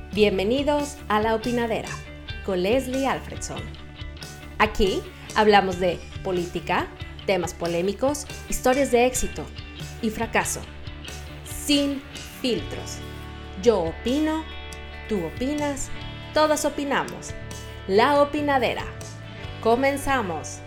Bienvenidos a La Opinadera con Leslie Alfredson. Aquí hablamos de política, temas polémicos, historias de éxito y fracaso, sin filtros. Yo opino, tú opinas, todos opinamos. La Opinadera. Comenzamos.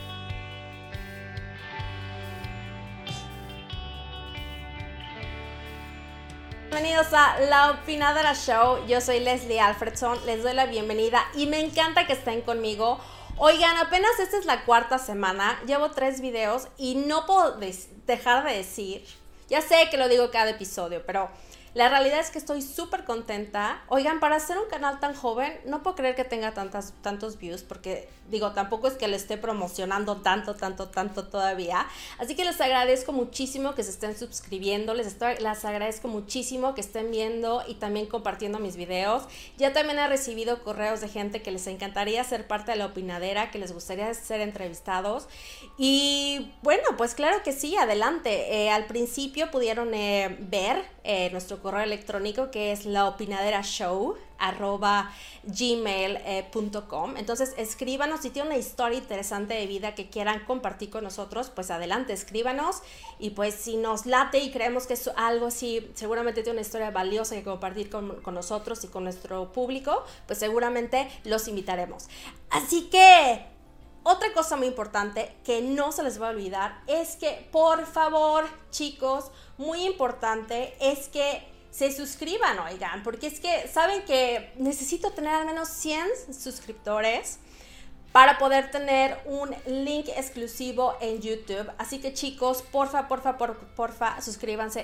Bienvenidos a La Opinadera Show. Yo soy Leslie Alfredson, les doy la bienvenida y me encanta que estén conmigo. Oigan, apenas esta es la cuarta semana, llevo 3 videos y no puedo dejar de decir, ya sé que lo digo cada episodio, pero la realidad es que estoy súper contenta. Oigan, para ser un canal tan joven, no puedo creer que tenga tantos views, porque digo, tampoco es que le esté promocionando tanto todavía. Así que les agradezco muchísimo que se estén suscribiendo, les agradezco muchísimo que estén viendo y también compartiendo mis videos. Ya también he recibido correos de gente que les encantaría ser parte de La Opinadera, que les gustaría ser entrevistados. Y bueno, pues claro que sí, adelante. Al principio pudieron ver nuestro correo electrónico, que es laopinaderashow@gmail.com. Entonces escríbanos si tienen una historia interesante de vida que quieran compartir con nosotros, pues adelante, escríbanos. Y pues si nos late y creemos que es algo así, seguramente tiene una historia valiosa que compartir con nosotros y con nuestro público, pues seguramente los invitaremos. Así que otra cosa muy importante que no se les va a olvidar es que, por favor, chicos, muy importante es que se suscriban, oigan, porque es que saben que necesito tener al menos 100 suscriptores para poder tener un link exclusivo en YouTube. Así que, chicos, porfa, suscríbanse.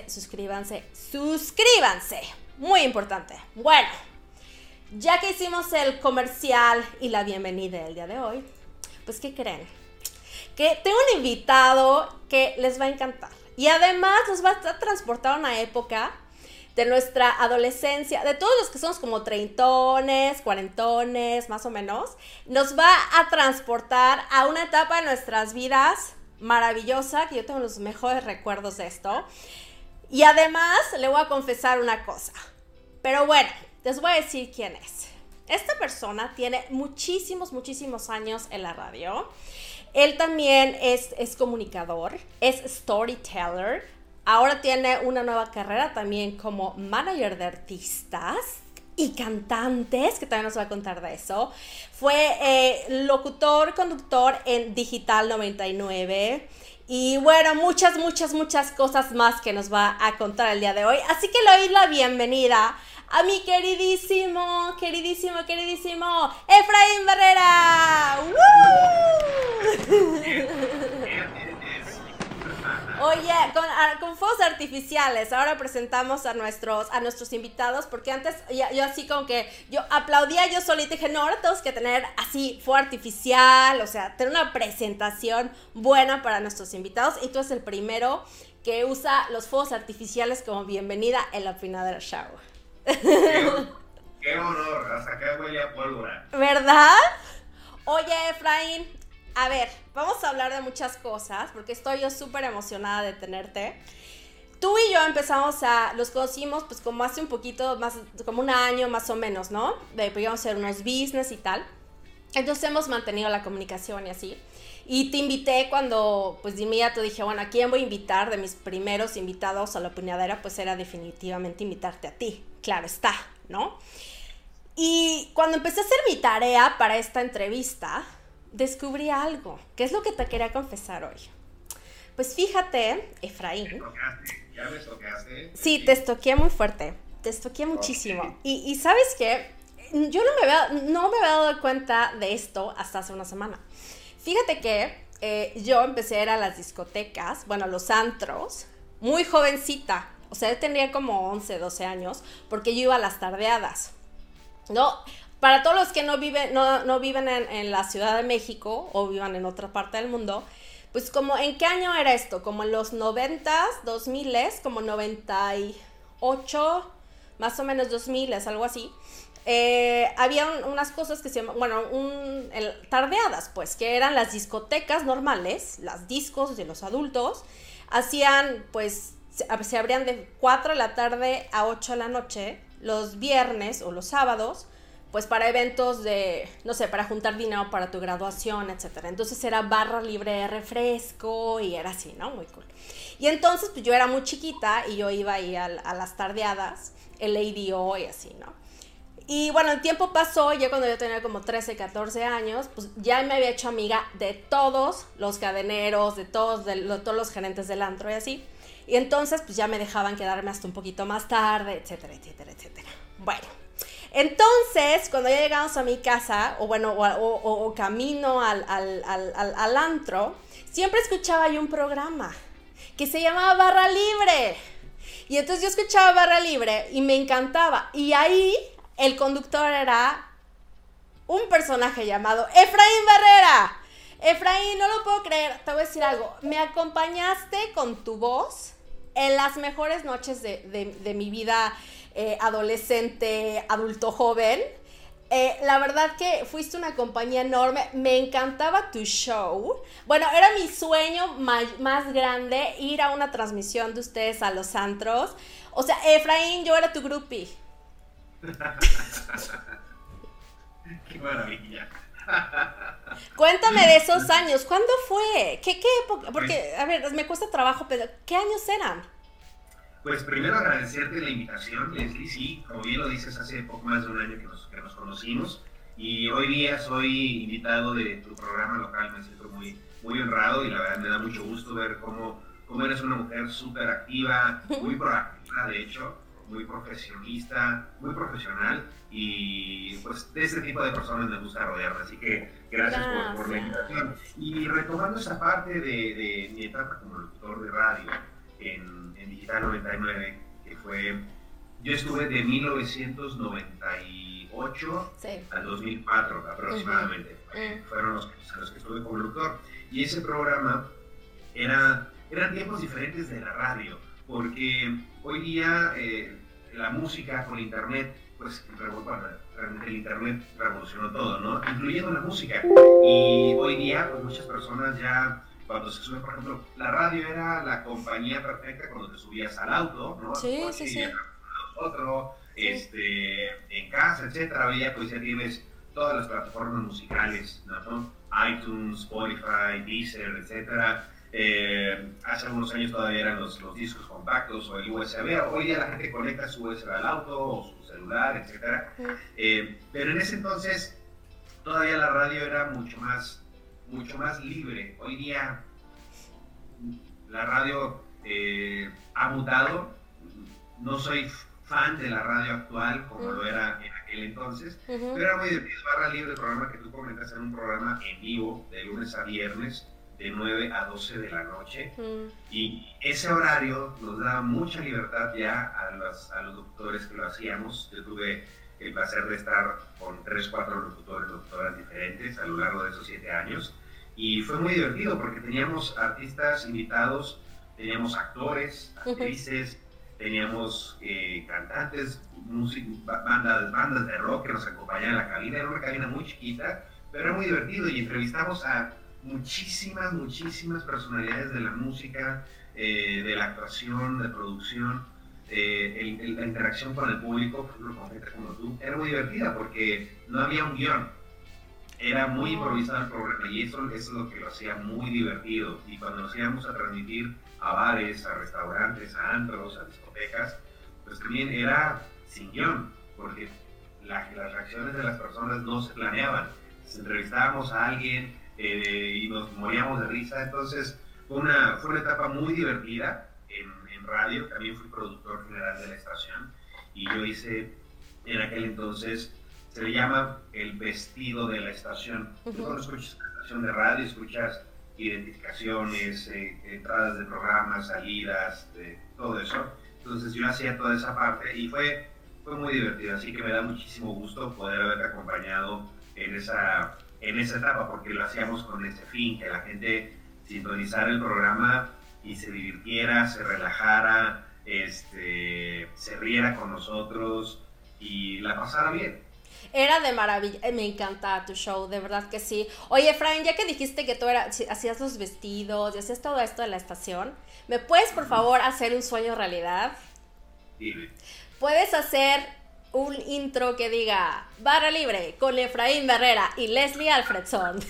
Muy importante. Bueno, ya que hicimos el comercial y la bienvenida del día de hoy, pues, ¿qué creen? Que tengo un invitado que les va a encantar. Y además nos va a transportar a una época de nuestra adolescencia, de todos los que somos como treintones, cuarentones, más o menos. Nos va a transportar a una etapa de nuestras vidas maravillosa, que yo tengo los mejores recuerdos de esto. Y además le voy a confesar una cosa. Pero bueno, les voy a decir quién es. Esta persona tiene muchísimos años en la radio. Él también es comunicador, es storyteller. Ahora tiene una nueva carrera también como manager de artistas y cantantes, que también nos va a contar de eso. Fue locutor, conductor en Digital 99. Y bueno, muchas cosas más que nos va a contar el día de hoy. Así que le doy la bienvenida a mi queridísimo Efraín Barrera. Oye, con fuegos artificiales, ahora presentamos a nuestros invitados, porque antes yo así como que yo aplaudía yo solita y dije, no, ahora tenemos que tener así fuego artificial, o sea, tener una presentación buena para nuestros invitados, y tú eres el primero que usa los fuegos artificiales como bienvenida en La Opinadera Show. Qué honor, hasta acá huele a pólvora. ¿Verdad? Oye, Efraín, a ver, vamos a hablar de muchas cosas, porque estoy yo súper emocionada de tenerte. Tú y yo los conocimos pues como hace un poquito más, como un año más o menos, ¿no? Íbamos a hacer unos business y tal. Entonces hemos mantenido la comunicación y así. Y te invité cuando, pues de inmediato dije, bueno, ¿a quién voy a invitar? De mis primeros invitados a La Opinadera, pues era definitivamente invitarte a ti. Claro está, ¿no? Y cuando empecé a hacer mi tarea para esta entrevista, descubrí algo, que es lo que te quería confesar hoy. Pues fíjate, Efraín. ¿Ya me tocaste? Sí, te estoqueé muy fuerte, te estoqueé muchísimo. Okay. Y ¿sabes qué? Yo no me había dado cuenta de esto hasta hace una semana. Fíjate que yo empecé a ir a las discotecas, bueno, a los antros, muy jovencita. O sea, yo tenía como 11, 12 años, porque yo iba a las tardeadas, ¿no? Para todos los que no viven en la Ciudad de México o vivan en otra parte del mundo, pues como, ¿en qué año era esto? Como en los 90s, 2000s, como 98, más o menos 2000s, algo así. Había unas cosas que se llaman, bueno, tardeadas, pues, que eran las discotecas normales, las discos de los adultos, hacían, pues, se abrían de 4 de la tarde a 8 de la noche, los viernes o los sábados, pues para eventos de, no sé, para juntar dinero para tu graduación, etcétera. Entonces era barra libre de refresco y era así, ¿no? Muy cool. Y entonces pues yo era muy chiquita y yo iba ahí a las tardeadas, el ADO y así, ¿no? Y bueno, el tiempo pasó, ya cuando yo tenía como 13, 14 años, pues ya me había hecho amiga de todos los cadeneros, de todos los gerentes del antro y así. Y entonces pues ya me dejaban quedarme hasta un poquito más tarde, etcétera, etcétera, etcétera. Bueno, entonces cuando ya llegamos a mi casa, o bueno, o camino al antro, siempre escuchaba yo un programa que se llamaba Barra Libre. Y entonces yo escuchaba Barra Libre y me encantaba. Y ahí el conductor era un personaje llamado Efraín Barrera. Efraín, no lo puedo creer, te voy a decir algo. Me acompañaste con tu voz en las mejores noches de mi vida adolescente, adulto joven. La verdad que fuiste una compañía enorme, me encantaba tu show. Bueno, era mi sueño más grande ir a una transmisión de ustedes a los antros. O sea, Efraín, yo era tu groupie. ¡Qué maravilla! Cuéntame de esos años, ¿cuándo fue? ¿Qué época? Porque, a ver, me cuesta trabajo, pero ¿qué años eran? Pues primero agradecerte la invitación, Leslie. Sí, como bien lo dices, hace poco más de un año que nos conocimos y hoy día soy invitado de tu programa local. Me siento muy, muy honrado y la verdad me da mucho gusto ver cómo eres una mujer súper activa, muy proactiva, de hecho, muy profesionista, muy profesional y pues de ese tipo de personas me gusta rodearme, así que gracias. Por la invitación. Y retomando esa parte de mi etapa como locutor de radio en Digital 99, que fue, yo estuve de 1998 al 2004 aproximadamente, fueron los que estuve como locutor, y ese programa eran tiempos diferentes de la radio, porque hoy día la música con internet, pues realmente el internet revolucionó todo, ¿no? Incluyendo la música. Y hoy día, pues muchas personas ya, cuando se sube, por ejemplo, la radio era la compañía perfecta cuando te subías al auto, ¿no? Sí, sí, sí. Otro, en casa, etcétera. Hoy día, pues ya tienes todas las plataformas musicales, ¿no? iTunes, Spotify, Deezer, etcétera. Hace algunos años todavía eran los discos compactos o el USB. Hoy día la gente conecta su USB al auto o su celular, etcétera. Pero en ese entonces todavía la radio era mucho más libre. Hoy día la radio ha mutado. No soy fan de la radio actual como lo era en aquel entonces, pero era muy divertido. Barra Libre, el programa que tú comentas, era un programa en vivo de lunes a viernes de 9 a 12 de la noche, y ese horario nos daba mucha libertad ya a los locutores que lo hacíamos. Yo tuve el placer de estar con 3, 4 locutoras diferentes a lo largo de esos 7 años, y fue muy divertido porque teníamos artistas invitados, teníamos actores, actrices, teníamos cantantes, bandas de rock que nos acompañaban en la cabina. Era una cabina muy chiquita, pero era muy divertido, y entrevistamos a muchísimas personalidades de la música, de la actuación, de producción, la interacción con el público, por ejemplo, con gente como tú, era muy divertida porque no había un guión, era muy improvisado el programa, y eso es lo que lo hacía muy divertido. Y cuando nos íbamos a transmitir a bares, a restaurantes, a antros, a discotecas, pues también era sin guión, porque las reacciones de las personas no se planeaban. Entrevistábamos a alguien y nos moríamos de risa. Entonces fue una etapa muy divertida en radio. También fui productor general de la estación, y yo hice en aquel entonces, se le llama el vestido de la estación. Tú cuando escuchas la estación de radio, escuchas identificaciones, entradas de programas, salidas, todo eso. Entonces yo hacía toda esa parte y fue muy divertido, así que me da muchísimo gusto poder haberte acompañado en esa etapa, porque lo hacíamos con ese fin, que la gente sintonizara el programa y se divirtiera, se relajara, se riera con nosotros y la pasara bien. Era de maravilla, me encantaba tu show, de verdad que sí. Oye, Efraín, ya que dijiste que tú hacías los vestidos y hacías todo esto de la estación, ¿me puedes por favor hacer un sueño realidad? Dime. ¿Puedes hacer un intro que diga Barra Libre con Efraín Barrera y Leslie Alfredson.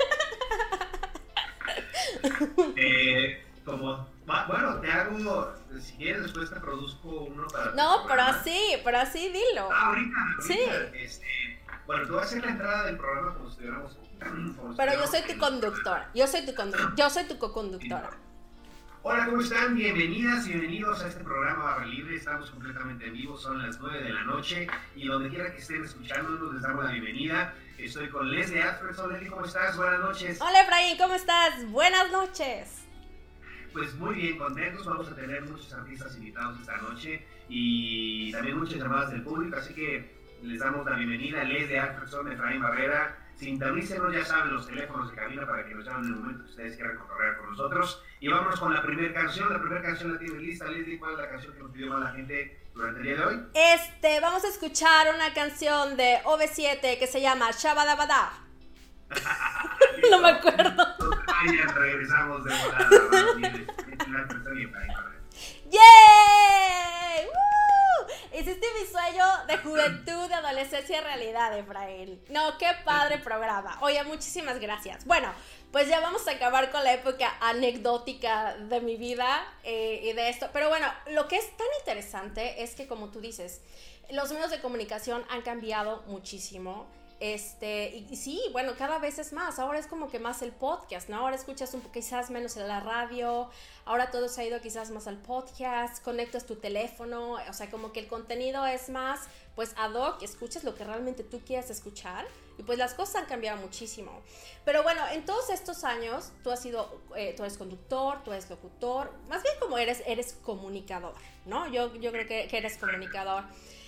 Bueno, te hago, si quieres después te produzco uno para No, pero así dilo. Ahorita. Sí. Bueno, tú vas a hacer la entrada del programa como si estuviéramos... Pero yo soy tu conductora, yo soy tu co-conductora. Hola, ¿cómo están? Bienvenidas y bienvenidos a este programa Barra Libre. Estamos completamente en vivo, son las 9 de la noche y donde quiera que estén escuchándonos les damos la bienvenida. Estoy con Leslie Alfredson. Leslie, ¿cómo estás? Buenas noches. Hola, Efraín, ¿cómo estás? Buenas noches. Pues muy bien, contentos. Vamos a tener muchos artistas invitados esta noche y también muchas llamadas del público, así que les damos la bienvenida a Leslie Alfredson, Efraín Barrera. Sintonícenos, ya saben, los teléfonos de cabina para que nos llamen en el momento que ustedes quieran correr con nosotros. Y vámonos con la primera canción. La primera canción la tiene lista. Leslie, ¿cuál es la canción que nos pidió más la gente durante el día de hoy? Vamos a escuchar una canción de OV7 que se llama Shabadabada. No me acuerdo. Ya regresamos de volada. ¡Yay! ¡Woo! Hiciste mi sueño de juventud, de adolescencia y realidad, Efraín. No, qué padre programa. Oye, muchísimas gracias. Bueno, pues ya vamos a acabar con la época anecdótica de mi vida y de esto. Pero bueno, lo que es tan interesante es que, como tú dices, los medios de comunicación han cambiado muchísimo. Y sí, bueno, cada vez es más. Ahora es como que más el podcast, ¿no? Ahora escuchas quizás menos en la radio. Ahora todo se ha ido quizás más al podcast. Conectas tu teléfono. O sea, como que el contenido es más, pues, ad hoc. Escuchas lo que realmente tú quieres escuchar. Y pues las cosas han cambiado muchísimo. Pero bueno, en todos estos años, tú eres conductor, tú eres locutor. Más bien como eres comunicador, ¿no? Yo creo que eres comunicador.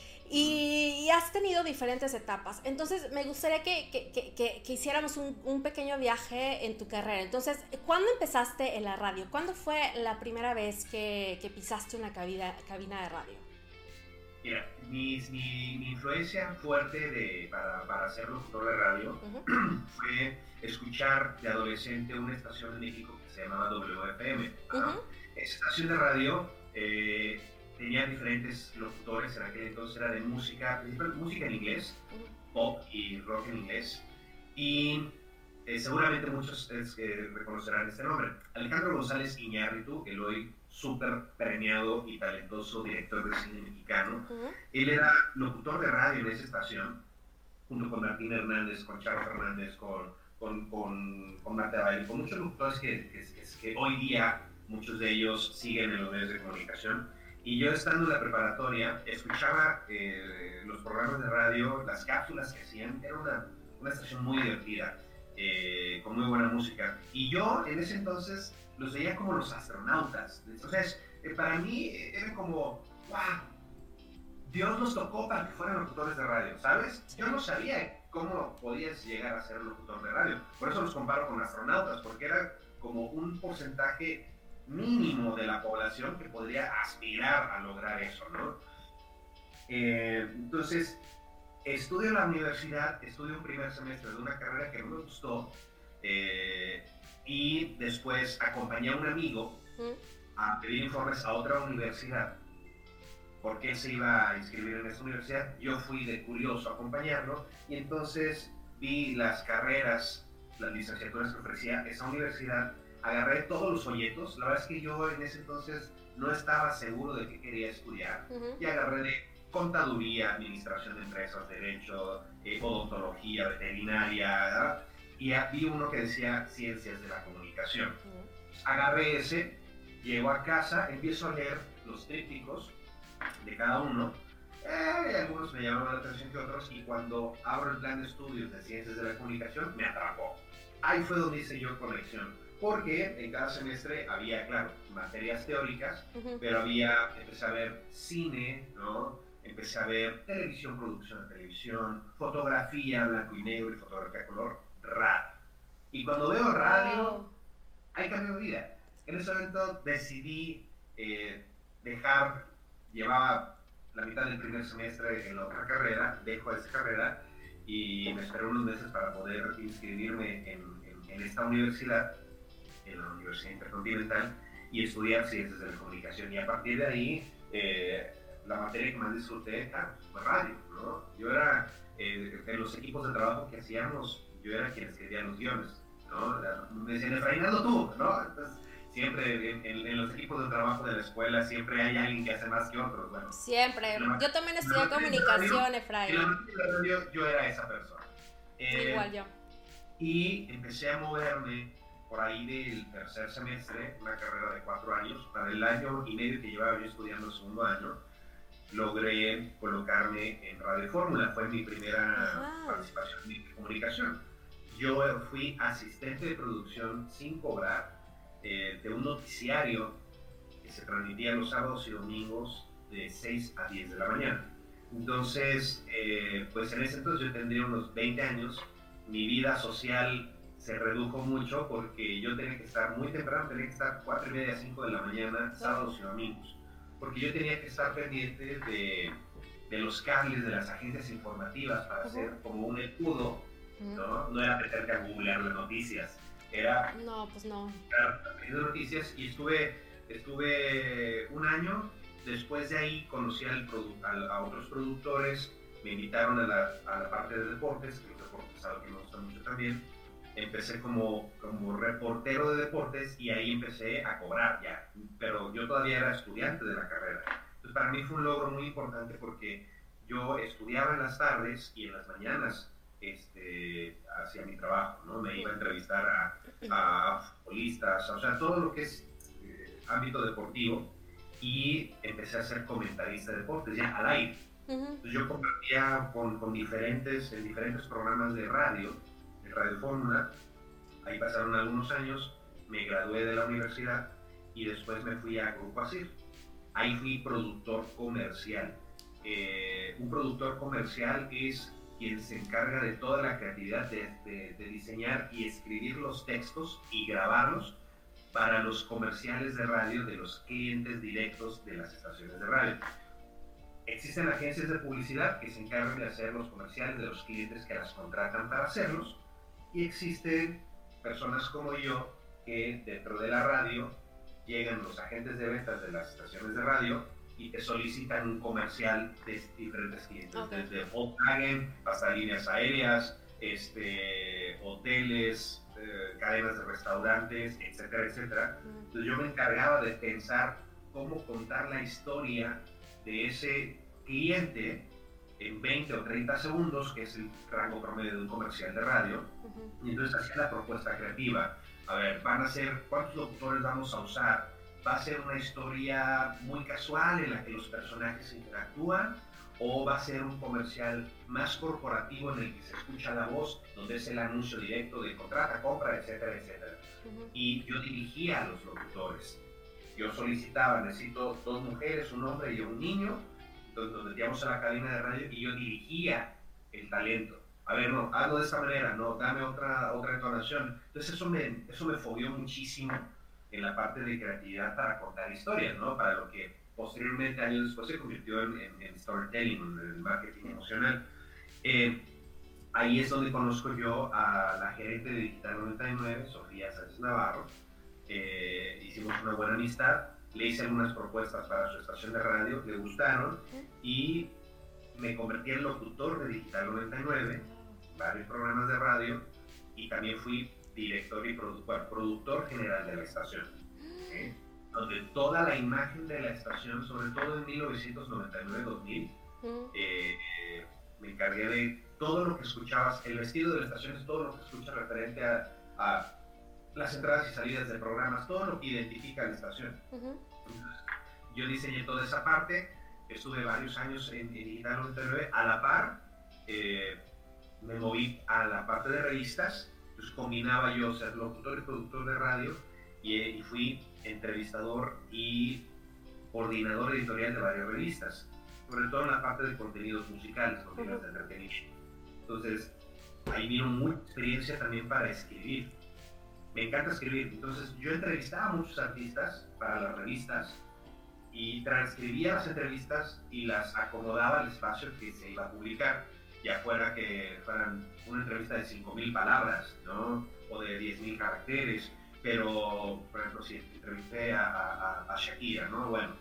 Y has tenido diferentes etapas. Entonces, me gustaría que hiciéramos un pequeño viaje en tu carrera. Entonces, ¿cuándo empezaste en la radio? ¿Cuándo fue la primera vez que pisaste una cabina de radio? Mira, mi influencia fuerte para ser locutor de radio fue escuchar de adolescente una estación en México que se llamaba WFM. Esa estación de radio... tenía diferentes locutores, en aquel entonces era de música, principalmente música en inglés, pop y rock en inglés, y seguramente muchos reconocerán este nombre. Alejandro González Iñárritu, el hoy súper premiado y talentoso director de cine mexicano, él era locutor de radio en esa estación, junto con Martín Hernández, con Charo Fernández, con Marta Baile, con muchos locutores que hoy día muchos de ellos siguen en los medios de comunicación. Y yo, estando en la preparatoria, escuchaba los programas de radio, las cápsulas que hacían. Era una estación muy divertida, con muy buena música. Y yo, en ese entonces, los veía como los astronautas. Entonces, para mí, era como, ¡wow! Dios nos tocó para que fueran locutores de radio, ¿sabes? Yo no sabía cómo podías llegar a ser locutor de radio. Por eso los comparo con astronautas, porque era como un porcentaje mínimo de la población que podría aspirar a lograr eso, ¿no? Entonces, estudio en la universidad, estudio un primer semestre de una carrera que no me gustó y después acompañé a un amigo a pedir informes a otra universidad porque él se iba a inscribir en esa universidad. Yo fui de curioso a acompañarlo y entonces vi las carreras, las licenciaturas que ofrecía esa universidad. Agarré todos los folletos. La verdad es que yo en ese entonces no estaba seguro de qué quería estudiar y agarré de contaduría, administración de empresas, derecho, odontología, veterinaria, ¿verdad? Y vi uno que decía ciencias de la comunicación. Agarré ese, llego a casa, empiezo a leer los trípticos de cada uno. Algunos me llamaban la atención que otros, y cuando abro el plan de estudios de ciencias de la comunicación me atrapó. Ahí fue donde hice yo conexión. Porque en cada semestre había, claro, materias teóricas, pero empecé a ver cine, ¿no? Empecé a ver televisión, producción de televisión, fotografía blanco y negro y fotografía color, radio. Y cuando veo radio, ahí cambió mi vida. En ese momento decidí llevaba la mitad del primer semestre en la otra carrera, dejo esa carrera y me esperé unos meses para poder inscribirme en esta universidad, en la Universidad Intercontinental, y estudiar ciencias de la comunicación. Y a partir de ahí la materia que más disfruté fue radio, ¿no? Yo era, en los equipos de trabajo que hacíamos, yo era quien escribía los guiones, ¿no? Me decían, Efraín, hazlo tú, ¿no? Entonces, siempre en los equipos de trabajo de la escuela siempre hay alguien que hace más que otros, bueno. Siempre. Yo también estudié comunicación, Efraín. En la materia de radio yo era esa persona. Igual yo. Y empecé a moverme por ahí del tercer semestre, una carrera de 4 años. Para el año y medio que llevaba yo estudiando el segundo año, logré colocarme en Radio Fórmula. Fue mi primera participación en comunicación. Yo fui asistente de producción sin cobrar de un noticiario que se transmitía los sábados y domingos de 6 a 10 de la mañana. Entonces, pues en ese entonces yo tendría unos 20 años. Mi vida social se redujo mucho porque yo tenía que estar muy temprano, tenía que estar 4 y media, 5 de la mañana, sábados y domingos, porque yo tenía que estar pendiente de los cables de las agencias informativas para hacer como un escudo, ¿no? No era meterte a googlear las noticias, era... No, pues no. Era de noticias y estuve un año. Después de ahí conocí a otros productores, me invitaron a la parte de deportes, que los deportes es algo que me gusta mucho también. Empecé como reportero de deportes y ahí empecé a cobrar ya, pero yo todavía era estudiante de la carrera. Entonces para mí fue un logro muy importante porque yo estudiaba en las tardes y en las mañanas hacía mi trabajo, ¿no? Me iba a entrevistar a futbolistas, o sea, todo lo que es ámbito deportivo, y empecé a ser comentarista de deportes ya al aire. Entonces yo compartía en diferentes programas de Radio Fórmula. Ahí pasaron algunos años, me gradué de la universidad y después me fui a Grupo ASIR. Ahí fui productor comercial. Un productor comercial es quien se encarga de toda la creatividad de diseñar y escribir los textos y grabarlos para los comerciales de radio de los clientes directos de las estaciones de radio. Existen agencias de publicidad que se encargan de hacer los comerciales de los clientes que las contratan para hacerlos, y existen personas como yo que dentro de la radio llegan los agentes de ventas de las estaciones de radio y te solicitan un comercial de diferentes clientes, desde Volkswagen hasta líneas aéreas, hoteles, cadenas de restaurantes, etcétera, etcétera. Entonces yo me encargaba de pensar cómo contar la historia de ese cliente en 20 o 30 segundos, que es el rango promedio de un comercial de radio. Y entonces hacía la propuesta creativa. A ver, ¿cuántos locutores vamos a usar? ¿Va a ser una historia muy casual en la que los personajes interactúan? ¿O va a ser un comercial más corporativo en el que se escucha la voz, donde es el anuncio directo de contrata, compra, etcétera, etcétera? Y yo dirigía a los locutores. Yo solicitaba, necesito 2 mujeres, un hombre y un niño. Entonces nos metíamos a la cabina de radio y yo dirigía el talento. A ver, no, hazlo de esta manera, no, dame otra entonación. Entonces eso me fobió muchísimo en la parte de creatividad para contar historias, ¿no? Para lo que posteriormente, años después, se convirtió en storytelling, en el marketing emocional. Ahí es donde conozco yo a la gerente de Digital 99, Sofía Sánchez Navarro. Hicimos una buena amistad, le hice algunas propuestas para su estación de radio, le gustaron y me convertí en locutor de Digital 99, varios programas de radio, y también fui director y productor general de la estación. Donde toda la imagen de la estación, sobre todo en 1999-2000, me encargué de todo lo que escuchabas, el vestido de la estación es todo lo que escuchas referente a las entradas y salidas de programas, todo lo que identifica la estación. Entonces, yo diseñé toda esa parte, estuve varios años en Digital 99, a la par me moví a la parte de revistas, entonces combinaba yo ser locutor y productor de radio, y fui entrevistador y coordinador editorial de varias revistas, sobre todo en la parte de contenidos musicales, contenidos de entretenimiento. Entonces, ahí vino mucha experiencia también para escribir. Me encanta escribir, entonces yo entrevistaba a muchos artistas para las revistas y transcribía las entrevistas y las acomodaba al espacio que se iba a publicar, ya fuera que fueran una entrevista de 5,000 palabras, ¿no? O de 10,000 caracteres. Pero, por ejemplo, si entrevisté a Shakira, ¿no? Bueno,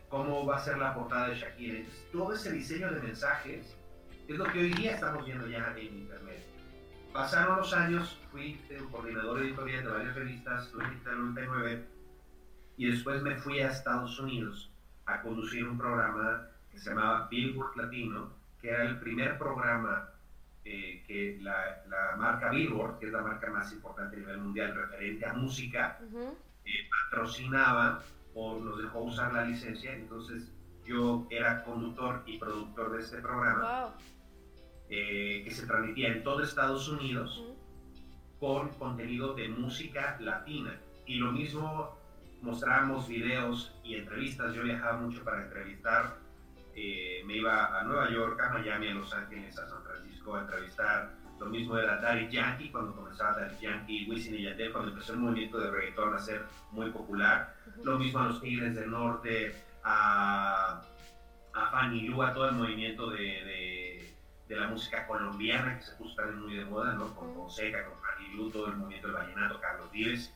cómo va a ser la portada de Shakira. Entonces, todo ese diseño de mensajes es lo que hoy día estamos viendo ya en internet. Pasaron los años, fui el coordinador editorial de varias revistas, estuve en Digital 99, y después me fui a Estados Unidos a conducir un programa que se llamaba Billboard Latino, que era el primer programa que la marca Billboard, que es la marca más importante a nivel mundial referente a música, patrocinaba o nos dejó usar la licencia. Entonces yo era conductor y productor de este programa. Wow. Que se transmitía en todo Estados Unidos con contenido de música latina. Y lo mismo, mostrábamos videos y entrevistas. Yo viajaba mucho para entrevistar. Me iba a Nueva York, a Miami, a Los Ángeles, a San Francisco a entrevistar. Lo mismo era Daddy Yankee, cuando comenzaba Daddy Yankee, Wisin y Yandel, cuando empezó el movimiento de reggaetón a ser muy popular. Lo mismo a los Tigres del Norte, a Fanny Lu, a todo el movimiento de la música colombiana, que se puso también muy de moda, ¿no? Con Fonseca, con Fanny Lu, todo el movimiento del vallenato, Carlos Vives,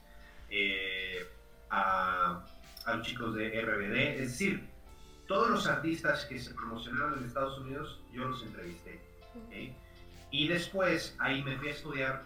a los chicos de RBD, es decir, todos los artistas que se promocionaron en Estados Unidos, yo los entrevisté. ¿Okay? Y después ahí me fui a estudiar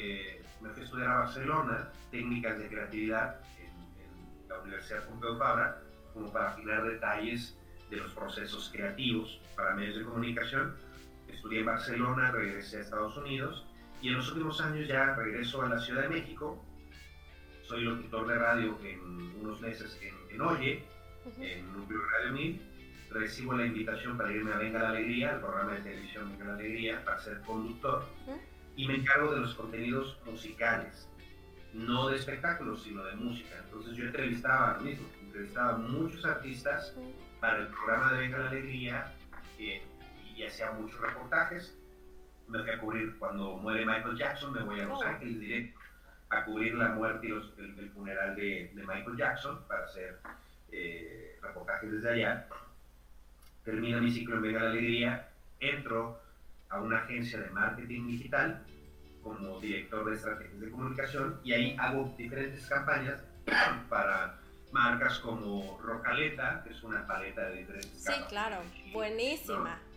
a Barcelona, técnicas de creatividad en la Universidad Pompeu Fabra, como para afinar detalles de los procesos creativos para medios de comunicación. Estudié en Barcelona, regresé a Estados Unidos y en los últimos años ya regreso a la Ciudad de México. Soy locutor de radio en unos meses en Oye, en Núcleo Radio 1000. Recibo la invitación para irme a Venga la Alegría, el programa de televisión Venga la Alegría, para ser conductor. Y me encargo de los contenidos musicales, no de espectáculos, sino de música. Entonces yo entrevistaba a muchos artistas para el programa de Venga la Alegría y hacía muchos reportajes. Me fui a cubrir cuando muere Michael Jackson, me voy a Los Ángeles directo a cubrir la muerte y el funeral de Michael Jackson para hacer reportajes desde allá. Termino mi ciclo en Venga la Alegría, entro a una agencia de marketing digital como director de estrategias de comunicación y ahí hago diferentes campañas para marcas como Rocaleta, que es una paleta de diferentes capas. Sí, claro, buenísima. ¿No?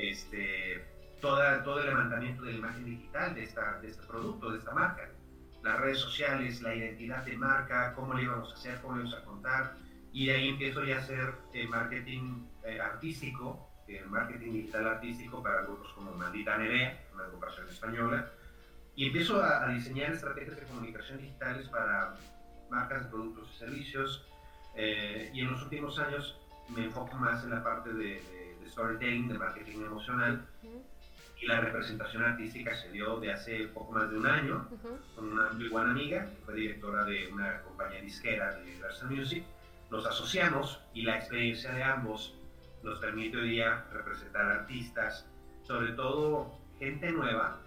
Todo el levantamiento de la imagen digital de este producto, de esta marca. Las redes sociales, la identidad de marca, cómo le íbamos a hacer, cómo le íbamos a contar. Y de ahí empiezo ya a hacer marketing artístico, marketing digital artístico para grupos como Maldita Nerea, una agrupación española. Y empiezo a diseñar estrategias de comunicación digitales para marcas de productos y servicios. Y en los últimos años me enfoco más en la parte de storytelling, de marketing emocional. Y la representación artística se dio de hace poco más de un año con una muy buena amiga, que fue directora de una compañía disquera de Universal Music. Nos asociamos y la experiencia de ambos nos permite hoy día representar artistas, sobre todo gente nueva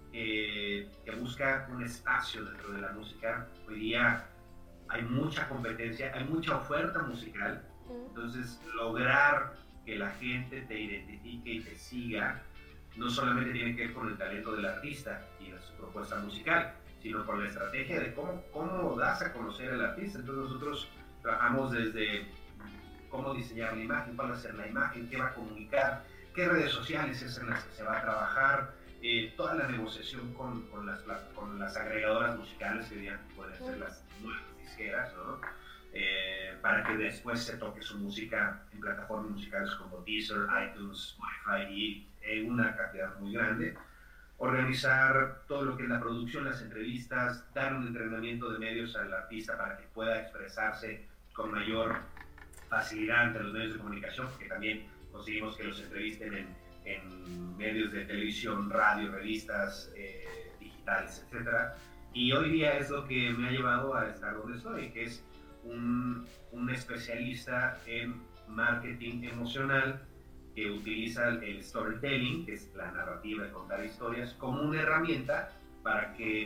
que busca un espacio dentro de la música. Hoy día hay mucha competencia, hay mucha oferta musical, entonces lograr que la gente te identifique y te siga no solamente tiene que ver con el talento del artista y su propuesta musical, sino con la estrategia de cómo das a conocer al artista. Entonces nosotros trabajamos desde cómo diseñar la imagen, cuál va a ser la imagen, qué va a comunicar, qué redes sociales es en las que se va a trabajar, toda la negociación con las agregadoras musicales que hoy día pueden ser las nuevas disqueras, ¿no? Para que después se toque su música en plataformas musicales como Deezer, iTunes, Spotify y una cantidad muy grande. Organizar todo lo que es la producción, las entrevistas, dar un entrenamiento de medios al artista para que pueda expresarse con mayor facilidad ante los medios de comunicación, porque también conseguimos que los entrevisten en medios de televisión, radio, revistas, digitales, etc. Y hoy día es lo que me ha llevado a estar donde estoy, que es un especialista en marketing emocional que utiliza el storytelling, que es la narrativa de contar historias, como una herramienta para que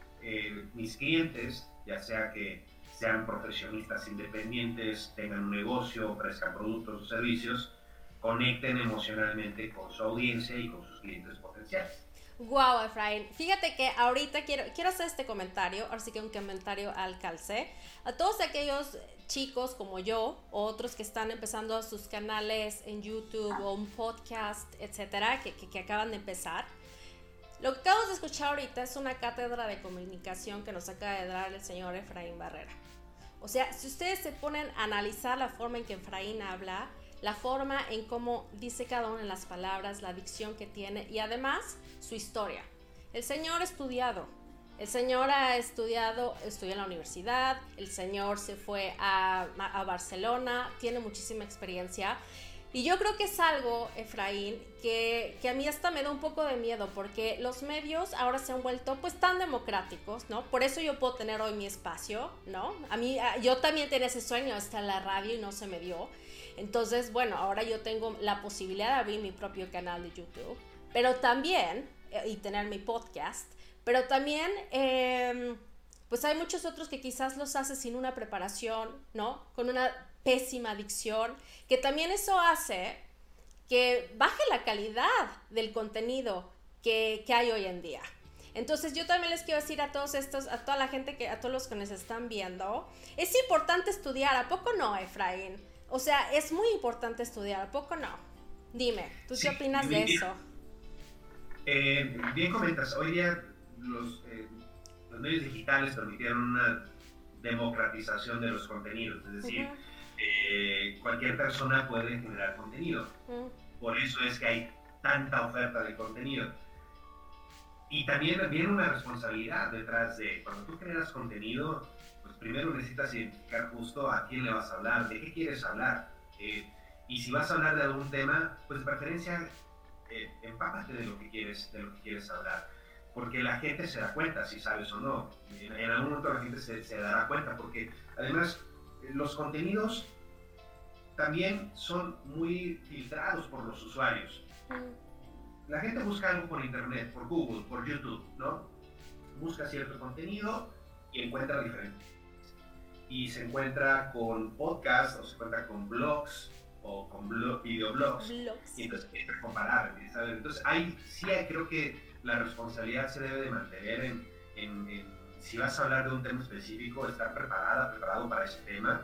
mis clientes, ya sea que sean profesionistas independientes, tengan un negocio, ofrezcan productos o servicios, conecten emocionalmente con su audiencia y con sus clientes potenciales. Wow, Efraín. Fíjate que ahorita quiero hacer este comentario, ahora sí que un comentario al calce. A todos aquellos chicos como yo, o otros que están empezando sus canales en YouTube o un podcast, etcétera, que acaban de empezar. Lo que acabamos de escuchar ahorita es una cátedra de comunicación que nos acaba de dar el señor Efraín Barrera. O sea, si ustedes se ponen a analizar la forma en que Efraín habla, la forma en cómo dice cada una de las palabras, la dicción que tiene y además su historia. El señor ha estudiado, estudió en la universidad, el señor se fue a Barcelona, tiene muchísima experiencia. Y yo creo que es algo, Efraín, que a mí hasta me da un poco de miedo, porque los medios ahora se han vuelto pues tan democráticos, ¿no? Por eso yo puedo tener hoy mi espacio, ¿no? Yo también tenía ese sueño hasta en la radio y no se me dio. Entonces, bueno, ahora yo tengo la posibilidad de abrir mi propio canal de YouTube, pero también, y tener mi podcast, pero también, pues hay muchos otros que quizás los hace sin una preparación, ¿no? Con una pésima dicción, que también eso hace que baje la calidad del contenido que hay hoy en día. Entonces yo también les quiero decir a todos estos, a toda la gente, a todos los que nos están viendo, es importante estudiar, ¿a poco no, Efraín? O sea, es muy importante estudiar, ¿a poco no? Dime, ¿tú qué opinas de eso? Bien comentas, hoy día los medios digitales permitieron una democratización de los contenidos, es decir, cualquier persona puede generar contenido. Por eso es que hay tanta oferta de contenido. Y también viene una responsabilidad detrás de cuando tú generas contenido, pues primero necesitas identificar justo a quién le vas a hablar, de qué quieres hablar. Y si vas a hablar de algún tema, pues de preferencia empápate de lo que quieres hablar. Porque la gente se da cuenta si sabes o no. En algún momento la gente se dará cuenta, porque además los contenidos también son muy filtrados por los usuarios. La gente busca algo por internet, por Google, por YouTube, ¿no? Busca cierto contenido y encuentra diferente. Y se encuentra con podcasts, o se encuentra con blogs, o con videoblogs. Y entonces es comparar, ¿sabes? Entonces creo que la responsabilidad se debe de mantener en si vas a hablar de un tema específico, estar preparado para ese tema,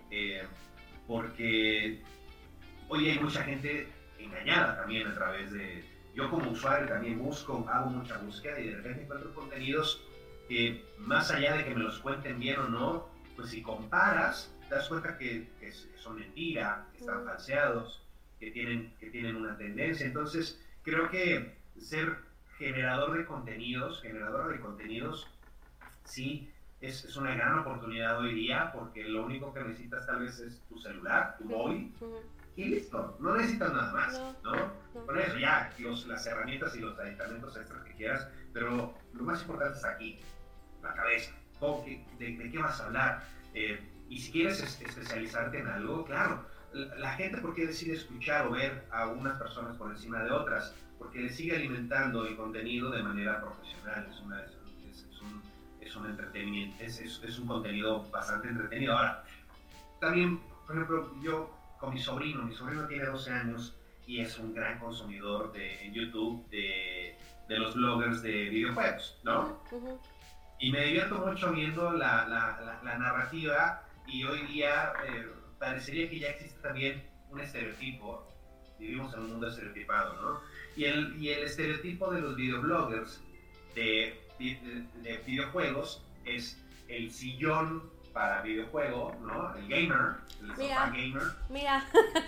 porque hoy hay mucha gente engañada también a través de... Yo como usuario también hago mucha búsqueda y de repente encuentro contenidos que más allá de que me los cuenten bien o no, pues si comparas, te das cuenta que son mentira, que están falseados, que tienen una tendencia. Entonces creo que ser generadora de contenidos, sí, es una gran oportunidad hoy día, porque lo único que necesitas tal vez es tu celular, tu móvil, y listo, no necesitas nada más, ¿no? Con eso ya, las herramientas y los aditamentos extras que quieras, pero lo más importante es aquí, la cabeza, de qué vas a hablar, y si quieres especializarte en algo, claro, la gente ¿por qué decide escuchar o ver a unas personas por encima de otras? Porque le sigue alimentando el contenido de manera profesional, es un entretenimiento, es un contenido bastante entretenido. Ahora, también, por ejemplo, yo con mi sobrino tiene 12 años y es un gran consumidor en YouTube de los bloggers de videojuegos, ¿no? Y me divierto mucho viendo la narrativa, y hoy día parecería que ya existe también un estereotipo, vivimos en un mundo estereotipado, ¿no? Y el estereotipo de los videobloggers de videojuegos es el sillón para videojuego, ¿no? El gamer, el sofá gamer. Mira.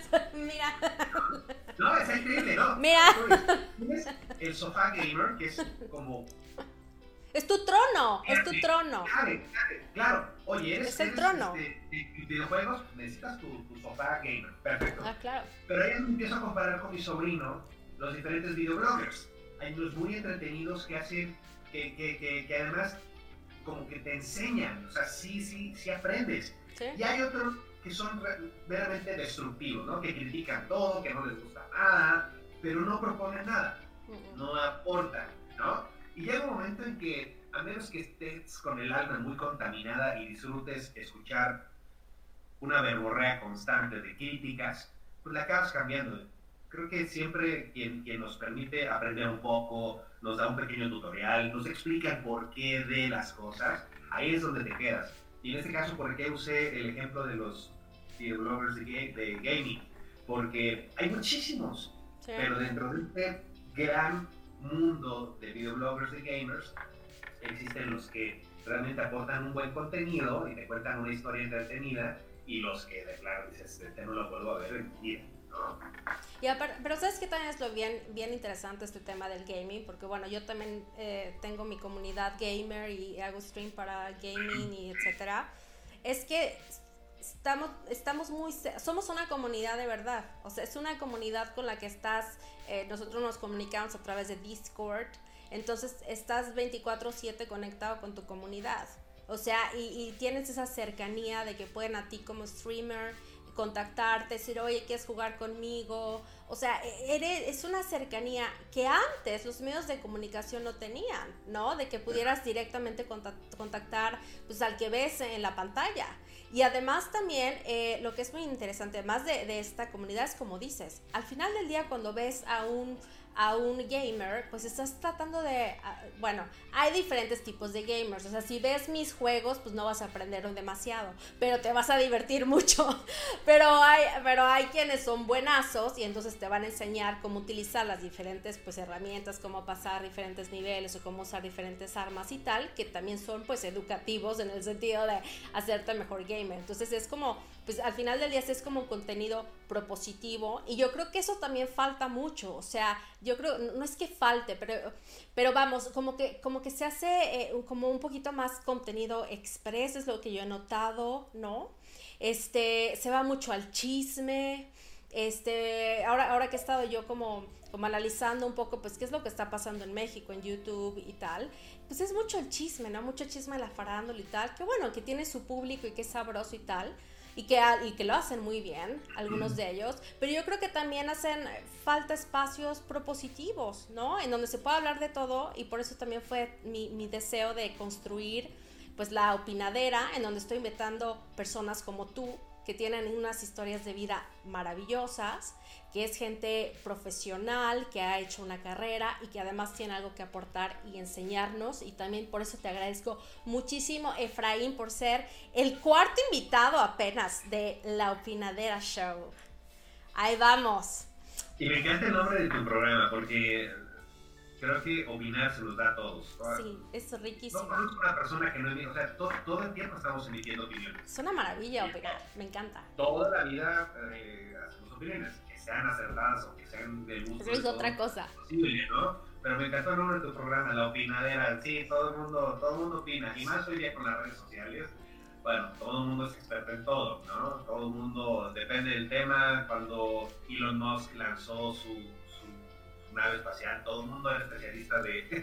No, es increíble, ¿no? Mira. Tienes el sofá gamer, que es como... Es tu trono, es tu trono. Claro. Oye, es el trono. De videojuegos, necesitas tu sofá gamer, perfecto. Claro. Pero ahí empiezo a comparar con mi sobrino los diferentes videobloggers. Hay unos muy entretenidos que hacen, que además como que te enseñan, o sea, sí aprendes. ¿Sí? Y hay otros que son verdaderamente destructivos, ¿no? Que critican todo, que no les gusta nada, pero no proponen nada, no aportan, ¿no? Y llega un momento en que, a menos que estés con el alma muy contaminada y disfrutes escuchar una verborrea constante de críticas, pues la acabas cambiando creo que siempre quien nos permite aprender un poco, nos da un pequeño tutorial, nos explica el porqué de las cosas, ahí es donde te quedas. Y en este caso, ¿por qué usé el ejemplo de los videobloggers de gaming? Porque hay muchísimos, sí, pero dentro de este gran mundo de videobloggers, de gamers, existen los que realmente aportan un buen contenido y te cuentan una historia entretenida, y los que de plano dices, no lo vuelvo a ver en mi vida, ¿no? Pero sabes que también es lo bien interesante este tema del gaming, porque bueno, yo también tengo mi comunidad gamer y hago stream para gaming y etcétera. Es que somos una comunidad de verdad, o sea, es una comunidad con la que nosotros nos comunicamos a través de Discord, entonces estás 24/7 conectado con tu comunidad, o sea, y tienes esa cercanía de que pueden a ti como streamer contactarte, decir, oye, ¿quieres jugar conmigo? O sea, es una cercanía que antes los medios de comunicación no tenían, ¿no? De que pudieras directamente contactar pues, al que ves en la pantalla. Y además también, lo que es muy interesante, además de esta comunidad, es como dices, al final del día cuando ves a un gamer, pues estás tratando de, bueno, hay diferentes tipos de gamers, o sea, si ves mis juegos, pues no vas a aprender demasiado, pero te vas a divertir mucho, pero hay quienes son buenazos y entonces te van a enseñar cómo utilizar las diferentes pues herramientas, cómo pasar diferentes niveles o cómo usar diferentes armas y tal, que también son pues educativos en el sentido de hacerte mejor gamer. Entonces es como, pues al final del día es como un contenido propositivo, y yo creo que eso también falta mucho, o sea, yo creo, no es que falte, pero vamos, como que se hace como un poquito más contenido express, es lo que yo he notado, ¿no? Se va mucho al chisme, ahora que he estado yo como analizando un poco, pues, qué es lo que está pasando en México, en YouTube y tal, pues es mucho el chisme, ¿no? Mucho chisme de la farándula y tal, que bueno, que tiene su público y que es sabroso y tal, y que lo hacen muy bien, algunos de ellos, pero yo creo que también hacen falta espacios propositivos, ¿no? En donde se pueda hablar de todo, y por eso también fue mi deseo de construir, pues, la opinadera, en donde estoy invitando personas como tú, que tienen unas historias de vida maravillosas, que es gente profesional, que ha hecho una carrera y que además tiene algo que aportar y enseñarnos, y también por eso te agradezco muchísimo, Efraín, por ser el cuarto invitado apenas de La Opinadera Show. Ahí vamos. Y me encanta el nombre de tu programa, porque creo que opinar se nos da a todos. Sí, es riquísimo. No conozco una persona que no emite, o sea, todo el tiempo estamos emitiendo opiniones. Es una maravilla opinar, me encanta. Toda la vida hacemos opiniones, que sean acertadas o que sean del gusto. Eso es otra cosa. Posible, ¿no? Pero me encantó el nombre de tu programa, La Opinadera. Sí, todo el mundo opina, y más hoy día con las redes sociales. Bueno, todo el mundo es experto en todo, ¿no? Todo el mundo, depende del tema. Cuando Elon Musk lanzó su nave espacial, todo el mundo era especialista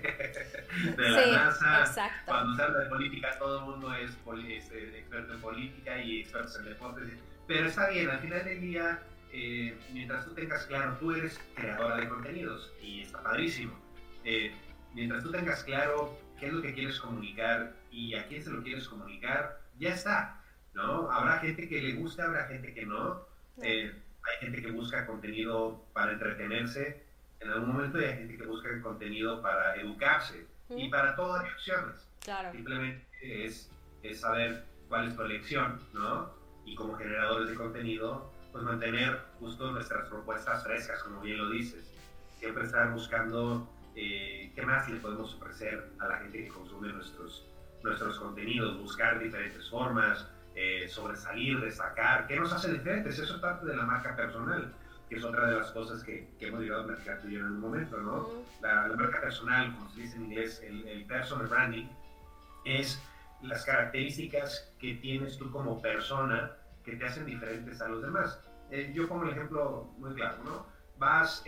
de la NASA. Exacto. Cuando se habla de política, todo el mundo es experto en política y expertos en deportes. Pero está bien, al final del día, mientras tú tengas claro, tú eres creadora de contenidos y está padrísimo. Mientras tú tengas claro qué es lo que quieres comunicar y a quién se lo quieres comunicar, ya está, ¿no? Habrá gente que le gusta, habrá gente que no. Hay gente que busca contenido para entretenerse en algún momento, hay gente que busca contenido para educarse, y para todas las opciones. Claro. Simplemente es saber cuál es tu elección, ¿no? Y como generadores de contenido, pues mantener justo nuestras propuestas frescas, como bien lo dices. Siempre estar buscando qué más le podemos ofrecer a la gente que consume nuestros contenidos, buscar diferentes formas, sobresalir, destacar, qué nos hace diferentes. Eso es parte de la marca personal, que es otra de las cosas que hemos llegado a platicar tú y yo en un momento, ¿no? La marca personal, como se dice en inglés, el personal branding, es las características que tienes tú como persona que te hacen diferentes a los demás. Yo pongo el ejemplo muy claro, ¿no? Vas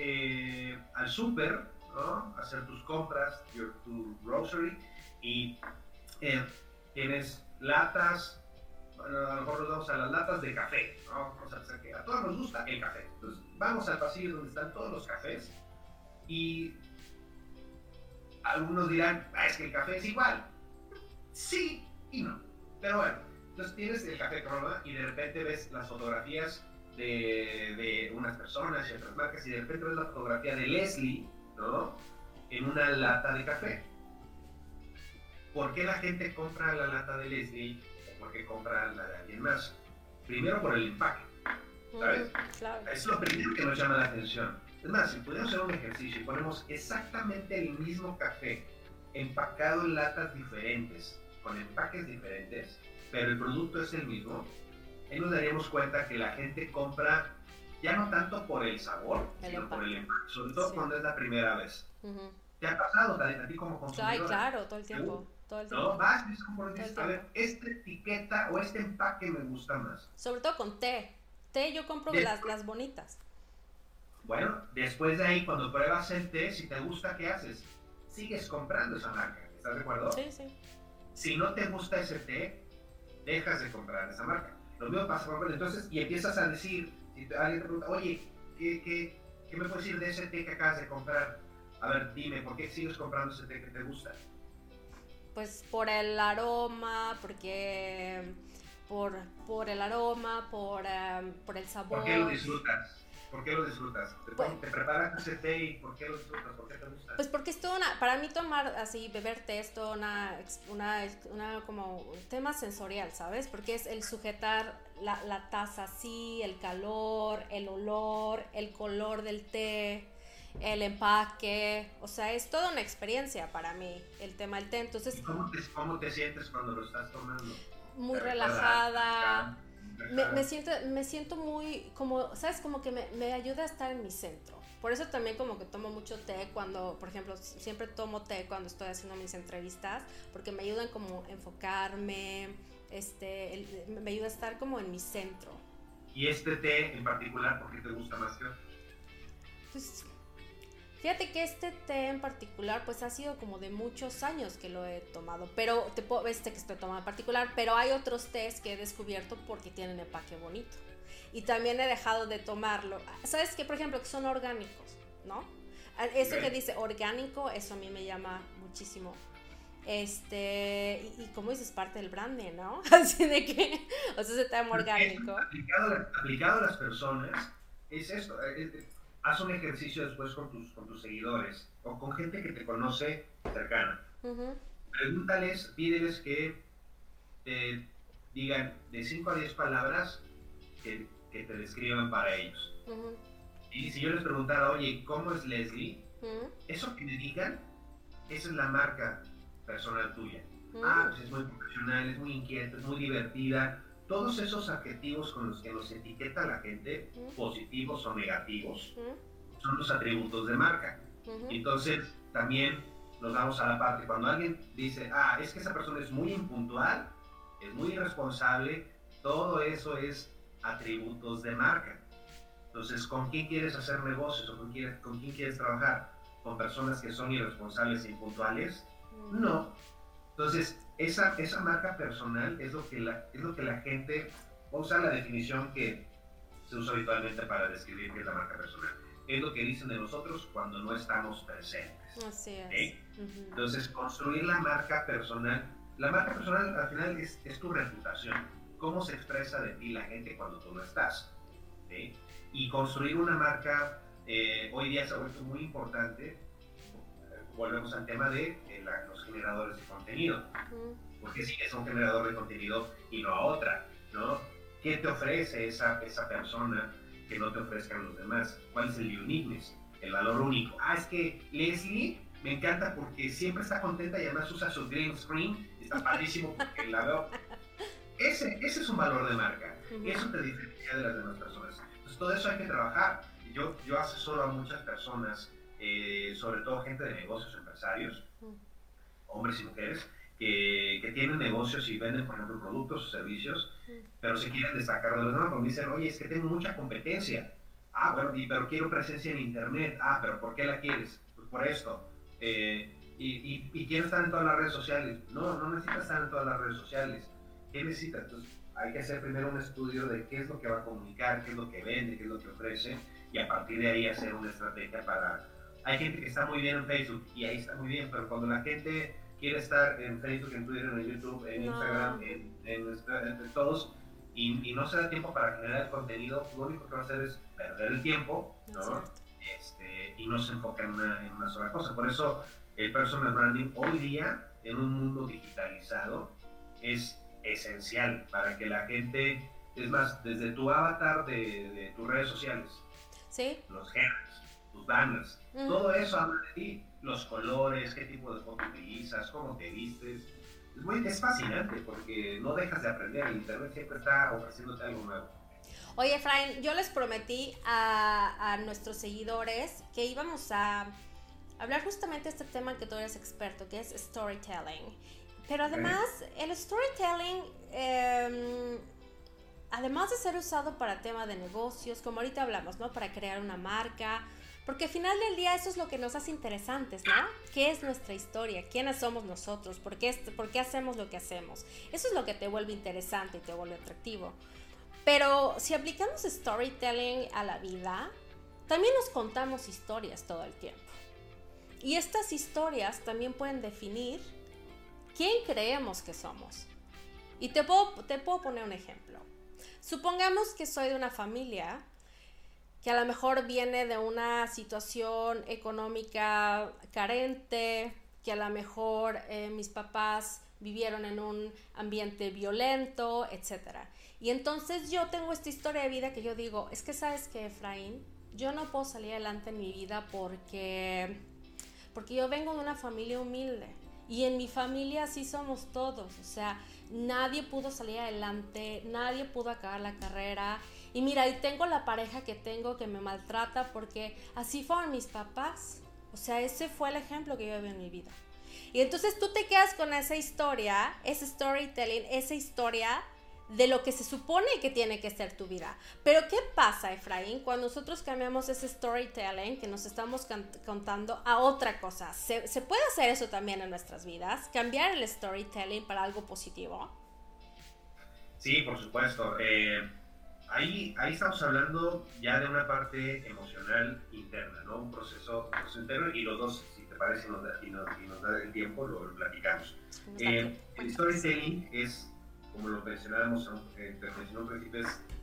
al súper, ¿no? A hacer tus compras, tu grocery, y tienes latas. Bueno, a lo mejor nos vamos a las latas de café, ¿no? O sea, que a todos nos gusta el café. Entonces, vamos al pasillo donde están todos los cafés, y algunos dirán, es que el café es igual. Sí y no. Pero bueno, entonces tienes el café Corona y de repente ves las fotografías de unas personas y otras marcas y de repente ves la fotografía de Leslie, ¿no? En una lata de café. ¿Por qué la gente compra la lata de Leslie o por qué compra la de alguien más? Primero por el empaque, ¿sabes? Claro. Es lo primero que nos llama la atención. Es más, si pudiéramos hacer un ejercicio y ponemos exactamente el mismo café empacado en latas diferentes, con empaques diferentes, pero el producto es el mismo, ahí nos daríamos cuenta que la gente compra ya no tanto por el sabor, sino por el empaque, sobre todo cuando es la primera vez. ¿Te ha pasado a ti como consumidora? Ay, claro, todo el tiempo. Todo el tiempo. ¿No? Vas y dices, a ver, esta etiqueta o este empaque me gusta más. Sobre todo con té. Té yo compro las bonitas. Bueno, después de ahí, cuando pruebas el té, si te gusta, ¿qué haces? Sigues comprando esa marca, ¿estás de acuerdo? Sí, sí. Si no te gusta ese té, dejas de comprar esa marca. Lo mismo pasa con entonces, y empiezas a decir, si alguien te pregunta, oye, ¿qué me puedes decir de ese té que acabas de comprar? A ver, dime, ¿por qué sigues comprando ese té que te gusta? Pues por el aroma, porque por el aroma, por el sabor. ¿Por qué lo disfrutas? ¿Por qué lo disfrutas? ¿Te preparas ese té y por qué lo disfrutas? ¿Por qué te gusta? Pues porque es toda para mí tomar así, beber té es toda una como un tema sensorial, ¿sabes? Porque es el sujetar la taza así, el calor, el olor, el color del té, el empaque, o sea, es toda una experiencia para mí el tema del té. Entonces, ¿y cómo te sientes cuando lo estás tomando? Muy relajada. Me siento muy, como, ¿sabes? Como que me ayuda a estar en mi centro. Por eso también como que tomo mucho té cuando, por ejemplo, siempre tomo té cuando estoy haciendo mis entrevistas, porque me ayudan como a enfocarme, me ayuda a estar como en mi centro. ¿Y este té en particular por qué te gusta más que otro? Pues, fíjate que este té en particular pues ha sido como de muchos años que lo he tomado, pero que estoy tomando en particular, pero hay otros tés que he descubierto porque tienen empaque bonito y también he dejado de tomarlo. ¿Sabes qué? Por ejemplo, que son orgánicos, ¿no? Eso que dice orgánico, eso a mí me llama muchísimo. Y como dices, parte del branding, ¿no? Así de que, o sea, ese tema orgánico. Aplicado a las personas, es esto. Haz un ejercicio después con tus seguidores o con gente que te conoce cercana. Pregúntales, pídeles que te digan de 5 a 10 palabras que te describan para ellos. Y si yo les preguntara, oye, ¿cómo es Leslie? Eso que me digan, esa es la marca personal tuya. Pues es muy profesional, es muy inquieta, es muy divertida. Todos esos adjetivos con los que nos etiqueta la gente, positivos o negativos, son los atributos de marca. Entonces, también nos vamos a la parte, cuando alguien dice, es que esa persona es muy impuntual, es muy irresponsable, todo eso es atributos de marca. Entonces, ¿con quién quieres hacer negocios o con quién quieres trabajar? ¿Con personas que son irresponsables e impuntuales? No. Entonces, esa marca personal es lo que la gente va a usar la definición que se usa habitualmente para describir qué es la marca personal. Es lo que dicen de nosotros cuando no estamos presentes. Así es. ¿Sí? Entonces, construir la marca personal al final es tu reputación. Cómo se expresa de ti la gente cuando tú no estás. ¿Sí? Y construir una marca hoy día se ha vuelto muy importante. Volvemos al tema de los generadores de contenido. Porque si es un generador de contenido y no a otra, ¿no? ¿Qué te ofrece esa persona que no te ofrezcan los demás? ¿Cuál es el uniqueness? El valor único. Es que Leslie me encanta porque siempre está contenta y además usa su green screen. Está padrísimo porque la veo. Ese es un valor de marca. Eso te diferencia de las demás personas. Entonces todo eso hay que trabajar. Yo asesoro a muchas personas, sobre todo gente de negocios, empresarios, hombres y mujeres, que tienen negocios y venden, por ejemplo, productos o servicios, pero se quieren destacar de los demás, porque dicen, oye, es que tengo mucha competencia. Bueno, pero quiero presencia en internet. Pero ¿por qué la quieres? Pues por esto. Y quiero estar en todas las redes sociales. No necesitas estar en todas las redes sociales. ¿Qué necesitas? Entonces, hay que hacer primero un estudio de qué es lo que va a comunicar, qué es lo que vende, qué es lo que ofrece, y a partir de ahí hacer una estrategia para... Hay gente que está muy bien en Facebook, y ahí está muy bien, pero cuando la gente quiere estar en Facebook, en Twitter, en YouTube, en Instagram, en todos, y no se da tiempo para generar el contenido, lo único que va a hacer es perder el tiempo, ¿no? Y no se enfoca en una sola cosa. Por eso el personal branding hoy día, en un mundo digitalizado, es esencial para que la gente, es más, desde tu avatar de tus redes sociales, ¿sí? Los géneros, tus banners, todo eso habla de ti, los colores, qué tipo de foto utilizas, cómo te vistes. Es fascinante porque no dejas de aprender, el internet siempre está ofreciéndote algo nuevo. Oye, Efraín, yo les prometí a nuestros seguidores que íbamos a hablar justamente de este tema que tú eres experto, que es storytelling. Pero además, el storytelling, además de ser usado para tema de negocios, como ahorita hablamos, ¿no? Para crear una marca, porque al final del día eso es lo que nos hace interesantes, ¿no? ¿Qué es nuestra historia? ¿Quiénes somos nosotros? ¿Por qué hacemos lo que hacemos? Eso es lo que te vuelve interesante y te vuelve atractivo. Pero si aplicamos storytelling a la vida, también nos contamos historias todo el tiempo. Y estas historias también pueden definir quién creemos que somos. Y te puedo poner un ejemplo. Supongamos que soy de una familia que a lo mejor viene de una situación económica carente, que a lo mejor mis papás vivieron en un ambiente violento, etc. Y entonces yo tengo esta historia de vida que yo digo, es que ¿sabes qué, Efraín? Yo no puedo salir adelante en mi vida porque yo vengo de una familia humilde. Y en mi familia así somos todos, o sea, nadie pudo salir adelante, nadie pudo acabar la carrera. Y mira, y tengo la pareja que tengo que me maltrata porque así fueron mis papás. O sea, ese fue el ejemplo que yo vi en mi vida. Y entonces tú te quedas con esa historia, ese storytelling, esa historia de lo que se supone que tiene que ser tu vida. Pero ¿qué pasa, Efraín, cuando nosotros cambiamos ese storytelling que nos estamos contando a otra cosa? ¿Se puede hacer eso también en nuestras vidas? ¿Cambiar el storytelling para algo positivo? Sí, por supuesto. Ahí estamos hablando ya de una parte emocional interna, ¿no? Un proceso interno, y los dos, si te parece, y nos da el tiempo, lo platicamos. El storytelling es, como lo mencionábamos en un principio,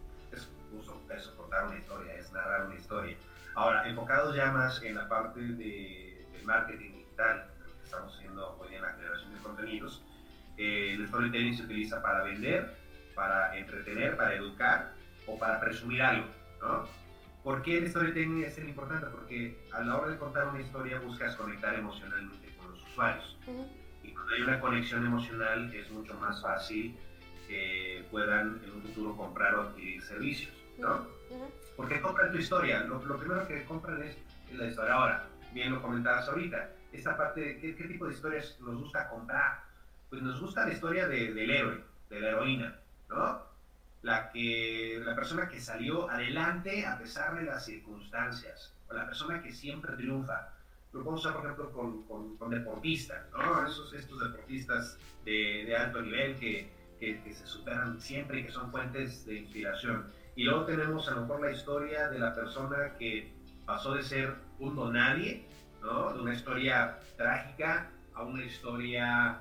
es contar una historia, es narrar una historia. Ahora, enfocados ya más en la parte de marketing digital, lo que estamos haciendo hoy en la generación de contenidos, el storytelling se utiliza para vender, para entretener, para educar o para presumir algo, ¿no? ¿Por qué el storytelling es tan importante? Porque a la hora de contar una historia buscas conectar emocionalmente con los usuarios. Y cuando hay una conexión emocional es mucho más fácil que puedan en un futuro comprar o adquirir servicios, ¿no? Porque compran tu historia. Lo primero que compran es la historia. Ahora, bien lo comentabas ahorita, esta parte de qué tipo de historias nos gusta comprar. Pues nos gusta la historia del héroe, de la heroína, ¿no? La persona que salió adelante a pesar de las circunstancias, o la persona que siempre triunfa. Lo podemos usar, por ejemplo, con deportistas, ¿no? Estos deportistas de alto nivel que se superan siempre y que son fuentes de inspiración. Y luego tenemos a lo mejor la historia de la persona que pasó de ser un donadie, ¿no? De una historia trágica a una historia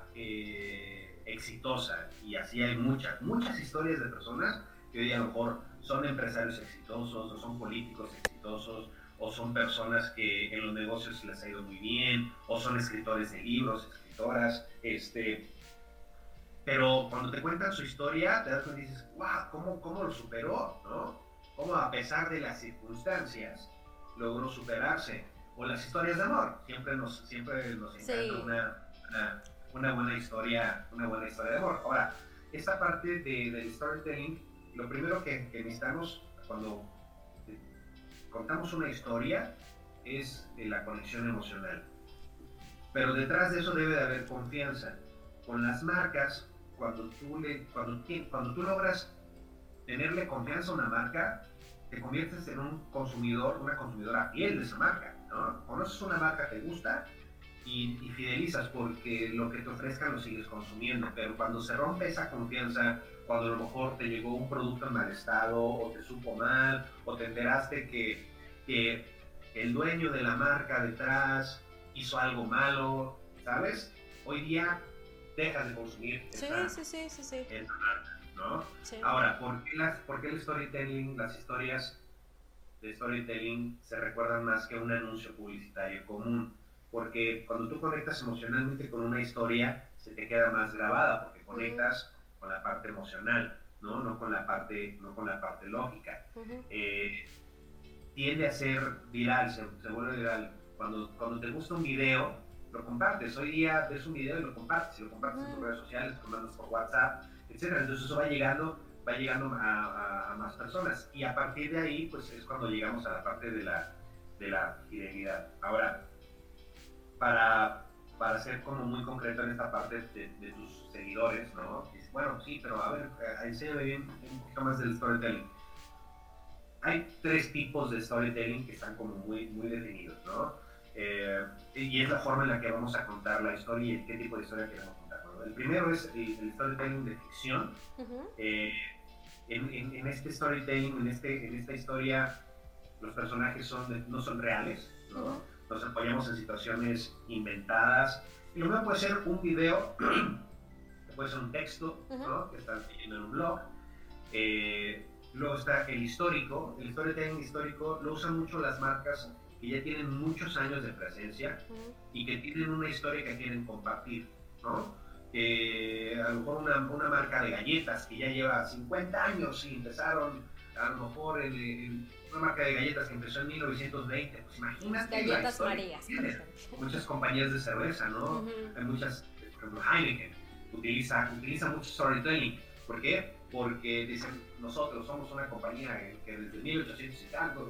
exitosa. Y así hay muchas historias de personas que hoy a lo mejor son empresarios exitosos, o son políticos exitosos, o son personas que en los negocios les ha ido muy bien, o son escritores de libros, escritoras, pero cuando te cuentan su historia, te das cuenta y dices, wow, ¿cómo lo superó? ¿No? ¿Cómo a pesar de las circunstancias logró superarse? O las historias de amor, siempre nos encanta una buena historia de amor. Ahora, esta parte del storytelling, lo primero que necesitamos cuando contamos una historia es la conexión emocional. Pero detrás de eso debe de haber confianza. Con las marcas, cuando tú logras tenerle confianza a una marca, te conviertes en una consumidora fiel de esa marca, ¿no? Conoces una marca, te gusta y fidelizas porque lo que te ofrezcan lo sigues consumiendo, pero cuando se rompe esa confianza, cuando a lo mejor te llegó un producto en mal estado, o te supo mal, o te enteraste que el dueño de la marca detrás hizo algo malo, ¿sabes? Hoy día dejas de consumir esa marca. ¿no? Sí. Ahora, ¿por qué el storytelling, las historias de storytelling se recuerdan más que un anuncio publicitario común? Porque cuando tú conectas emocionalmente con una historia, se te queda más grabada, porque conectas con la parte emocional, ¿no? No con la parte lógica. Tiende a ser viral, se vuelve viral. Cuando te gusta un video, lo compartes. Hoy día ves un video y lo compartes. Y lo compartes en tus redes sociales, lo mandas por WhatsApp, etc. Entonces eso va llegando a más personas. Y a partir de ahí, pues es cuando llegamos a la parte de la fidelidad. Ahora, para ser como muy concreto en esta parte de tus seguidores, ¿no? Dices, bueno, sí, pero a ver, enséñame bien un poquito más del storytelling. Hay 3 tipos de storytelling que están como muy, muy definidos, ¿no? Y es la forma en la que vamos a contar la historia y qué tipo de historia queremos contar, ¿no? El primero es el storytelling de ficción. En este storytelling, en esta historia, los personajes no son reales, ¿no? Nos apoyamos en situaciones inventadas. Y lo mismo puede ser un video, puede ser un texto, ¿no? Que está leyendo en un blog. Luego está el histórico. El storytelling histórico lo usan mucho las marcas que ya tienen muchos años de presencia y que tienen una historia que quieren compartir, ¿no? A lo mejor una marca de galletas que ya lleva 50 años y empezaron, a lo mejor una marca de galletas que empezó en 1920, pues imagínate Galletas Marías, por ejemplo. Muchas compañías de cerveza, ¿no? Hay muchas, por ejemplo Heineken, utiliza mucho storytelling. ¿Por qué? Porque dicen, nosotros somos una compañía que desde 1800 y tanto,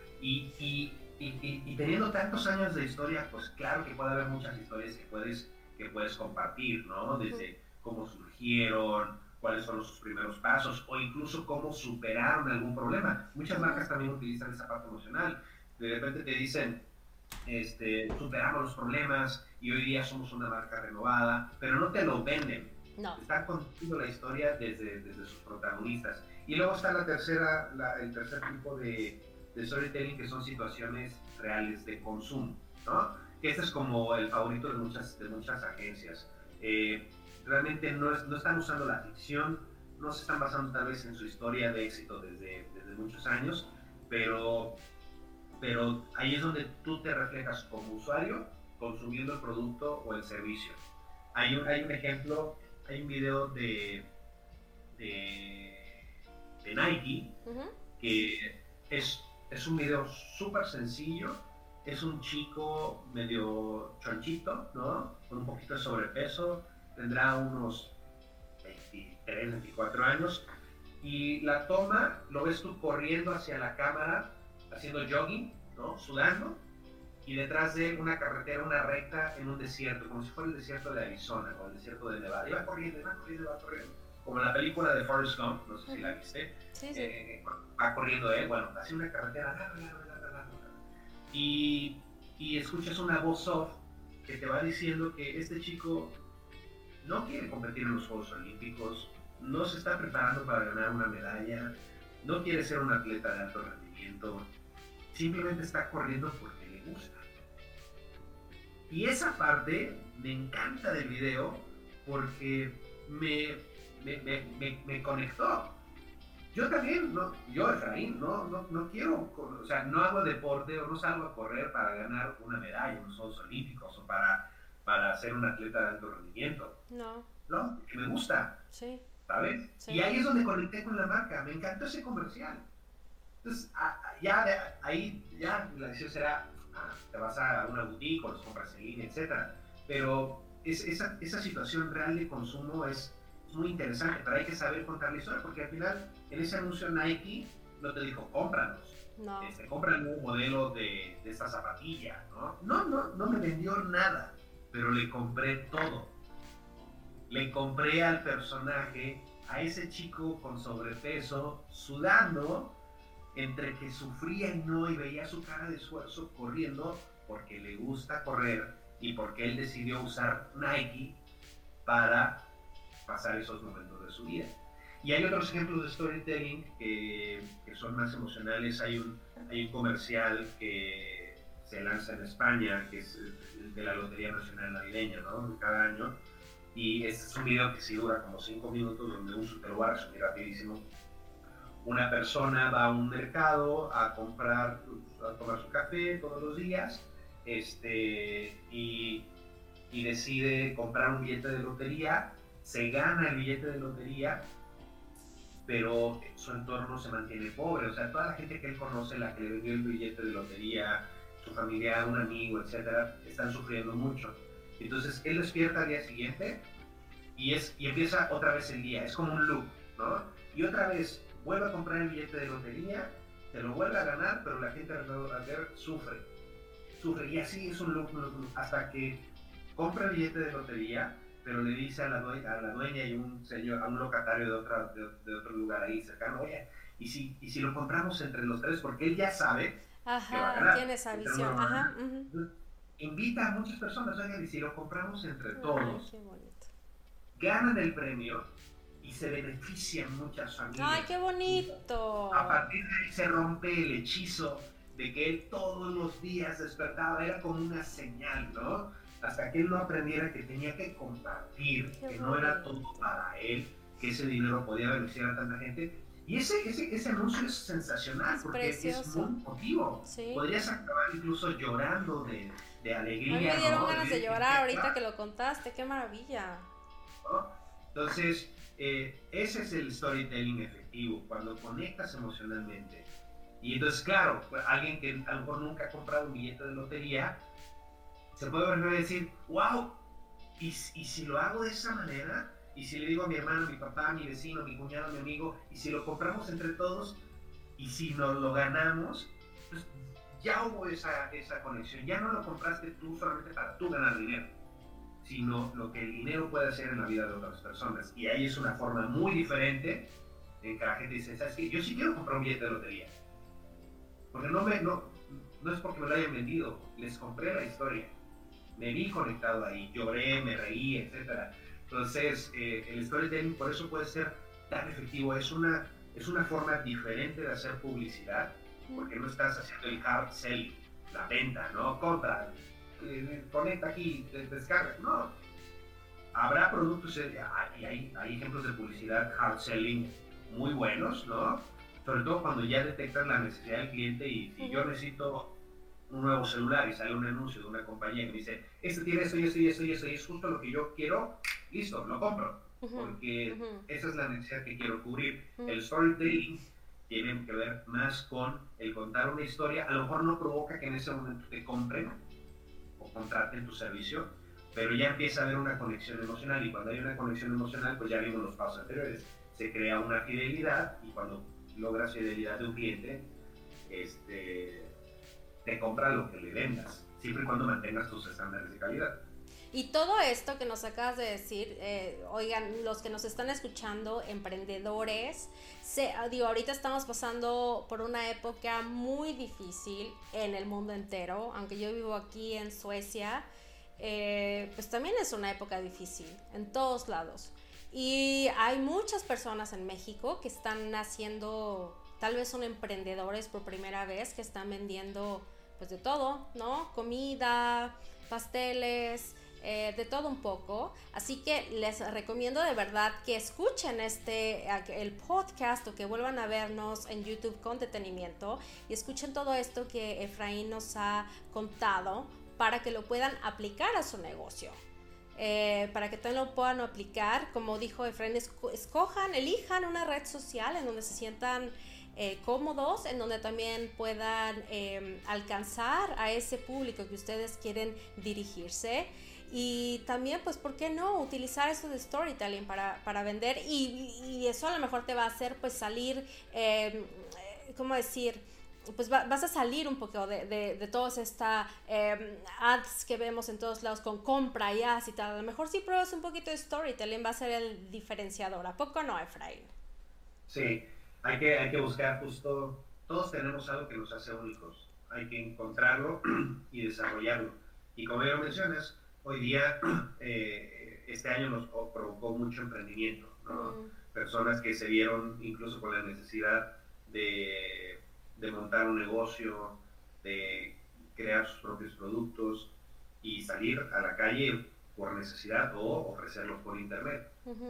y teniendo tantos años de historia, pues claro que puede haber muchas historias que puedes compartir, ¿no? Desde cómo surgieron, cuáles fueron sus primeros pasos, o incluso cómo superaron algún problema. Muchas marcas también utilizan esa parte emocional. De repente te dicen, superamos los problemas y hoy día somos una marca renovada, pero no te lo venden. No. Está contando la historia desde sus protagonistas. Y luego está el tercer tipo de storytelling, que son situaciones reales de consumo, ¿no? Que este es como el favorito de muchas agencias. Realmente no están usando la ficción, no se están basando tal vez en su historia de éxito desde muchos años, pero ahí es donde tú te reflejas como usuario consumiendo el producto o el servicio. Hay un ejemplo, hay un video de Nike que es un video súper sencillo. Es un chico medio chonchito, ¿no? Con un poquito de sobrepeso, tendrá unos 23, 24 años, y la toma, lo ves tú corriendo hacia la cámara, haciendo jogging, ¿no? Sudando, y detrás de una carretera, una recta en un desierto, como si fuera el desierto de Arizona o el desierto de Nevada. Y va corriendo, como en la película de Forrest Gump, no sé si la viste. Sí. Va corriendo él, bueno, hace una carretera y escuchas una voz off que te va diciendo que este chico no quiere competir en los Juegos Olímpicos, no se está preparando para ganar una medalla, no quiere ser un atleta de alto rendimiento, simplemente está corriendo porque le gusta. Y esa parte me encanta del video porque me conectó. Yo también, Efraín, no quiero, o sea, no hago deporte o no salgo a correr para ganar una medalla en los Juegos Olímpicos o para ser un atleta de alto rendimiento. No, porque me gusta, ¿sabes? Sí. Y ahí es donde conecté con la marca, me encantó ese comercial. Entonces, ahí ya la decisión será, te vas a una boutique o los compras en línea, etc. Pero esa situación real de consumo es muy interesante, pero hay que saber contar la historia, porque al final en ese anuncio Nike no te dijo cómpranos, compran un modelo de esta zapatilla, no me vendió nada, pero le compré todo. Le compré al personaje, a ese chico con sobrepeso, sudando, entre que sufría y veía su cara de esfuerzo corriendo, porque le gusta correr y porque él decidió usar Nike para pasar esos momentos de su vida. Y hay otros ejemplos de storytelling que son más emocionales. Hay un comercial que se lanza en España, que es de la Lotería Nacional Navideña, ¿no? Cada año, Y este es un video que sí dura como 5 minutos, donde te lo voy a resumir rapidísimo. Una persona va a un mercado a tomar su café todos los días, y decide comprar un billete de lotería, se gana el billete de lotería, pero su entorno se mantiene pobre. O sea, toda la gente que él conoce, la que le vendió el billete de lotería, su familia, un amigo, etcétera, están sufriendo mucho. Entonces él despierta al día siguiente y empieza otra vez el día, es como un loop, ¿no? Y otra vez vuelve a comprar el billete de lotería, se lo vuelve a ganar, pero la gente alrededor sufre, y así es un loop, hasta que compra el billete de lotería, pero le dice a la dueña y un señor, a un locatario de otro lugar ahí cercano, oye, ¿y si lo compramos entre los tres? Porque él ya sabe que va a Ajá, ganar. tiene esa visión. Ajá. Invita a muchas personas, oigan, y si lo compramos entre todos, qué bonito. ganan el premio y se benefician muchas familias. ¡Ay, qué bonito! A partir de ahí se rompe el hechizo de que él todos los días despertaba, era como una señal, ¿no? Hasta que él no aprendiera que tenía que compartir, que no era todo para él, que ese dinero podía beneficiar a tanta gente. Y ese anuncio es sensacional, porque precioso. Es muy emotivo. Sí. Podrías acabar incluso llorando de alegría. A mí me dieron ganas de llorar ahorita que lo contaste, qué maravilla. ¿No? Entonces, ese es el storytelling efectivo, cuando conectas emocionalmente. Y entonces, claro, alguien que a lo mejor nunca ha comprado un billete de lotería, se puede volver a decir, wow, ¿y si lo hago de esa manera? ¿Y si le digo a mi hermano, mi papá, mi vecino, mi cuñado, mi amigo, y si lo compramos entre todos, y si nos lo ganamos, pues ya hubo esa conexión, ya no lo compraste tú solamente para tú ganar dinero, sino lo que el dinero puede hacer en la vida de otras personas. Y ahí es una forma muy diferente en que la gente dice, ¿sabes qué? Yo sí quiero comprar un billete de lotería. Porque no es porque me lo hayan vendido, les compré la historia. Me vi conectado ahí, lloré, me reí, etc. Entonces, el storytelling por eso puede ser tan efectivo. Es una forma diferente de hacer publicidad, porque no estás haciendo el hard selling, la venta, ¿no? Compra, conecta aquí, descarga. No. Habrá productos, y hay ejemplos de publicidad hard selling muy buenos, ¿no? Sobre todo cuando ya detectas la necesidad del cliente y si yo necesito un nuevo celular y sale un anuncio de una compañía que me dice, tiene esto y esto y esto y esto y es justo lo que yo quiero, listo, lo compro, porque esa es la necesidad que quiero cubrir. El storytelling tiene que ver más con el contar una historia. A lo mejor no provoca que en ese momento te compren o contraten tu servicio, pero ya empieza a haber una conexión emocional, y cuando hay una conexión emocional, pues ya vimos los pasos anteriores, se crea una fidelidad, y cuando logras fidelidad de un cliente, te compra lo que le vendas, siempre y cuando mantengas tus estándares de calidad. Y todo esto que nos acabas de decir, oigan, los que nos están escuchando, emprendedores, ahorita estamos pasando por una época muy difícil en el mundo entero, aunque yo vivo aquí en Suecia, pues también es una época difícil en todos lados. Y hay muchas personas en México que están haciendo, tal vez son emprendedores por primera vez, que están vendiendo pues de todo, ¿no? Comida, pasteles, de todo un poco. Así que les recomiendo de verdad que escuchen el podcast, o que vuelvan a vernos en YouTube con detenimiento y escuchen todo esto que Efraín nos ha contado para que lo puedan aplicar a su negocio. Para que también lo puedan aplicar, como dijo Efraín, elijan una red social en donde se sientan cómodos, en donde también puedan alcanzar a ese público que ustedes quieren dirigirse. Y también, pues, ¿por qué no utilizar eso de storytelling para vender? Y eso a lo mejor te va a hacer, pues, salir, ¿cómo decir? Pues vas a salir un poco de todas estas ads que vemos en todos lados con compra y ads y tal. A lo mejor si pruebas un poquito de storytelling va a ser el diferenciador. ¿A poco no, Efraín? Sí, hay que buscar justo, todos tenemos algo que nos hace únicos. Hay que encontrarlo y desarrollarlo. Y como ya lo mencionas, hoy día, este año nos provocó mucho emprendimiento, ¿no? Personas que se vieron incluso con la necesidad de montar un negocio, de crear sus propios productos y salir a la calle por necesidad o ofrecerlo por internet.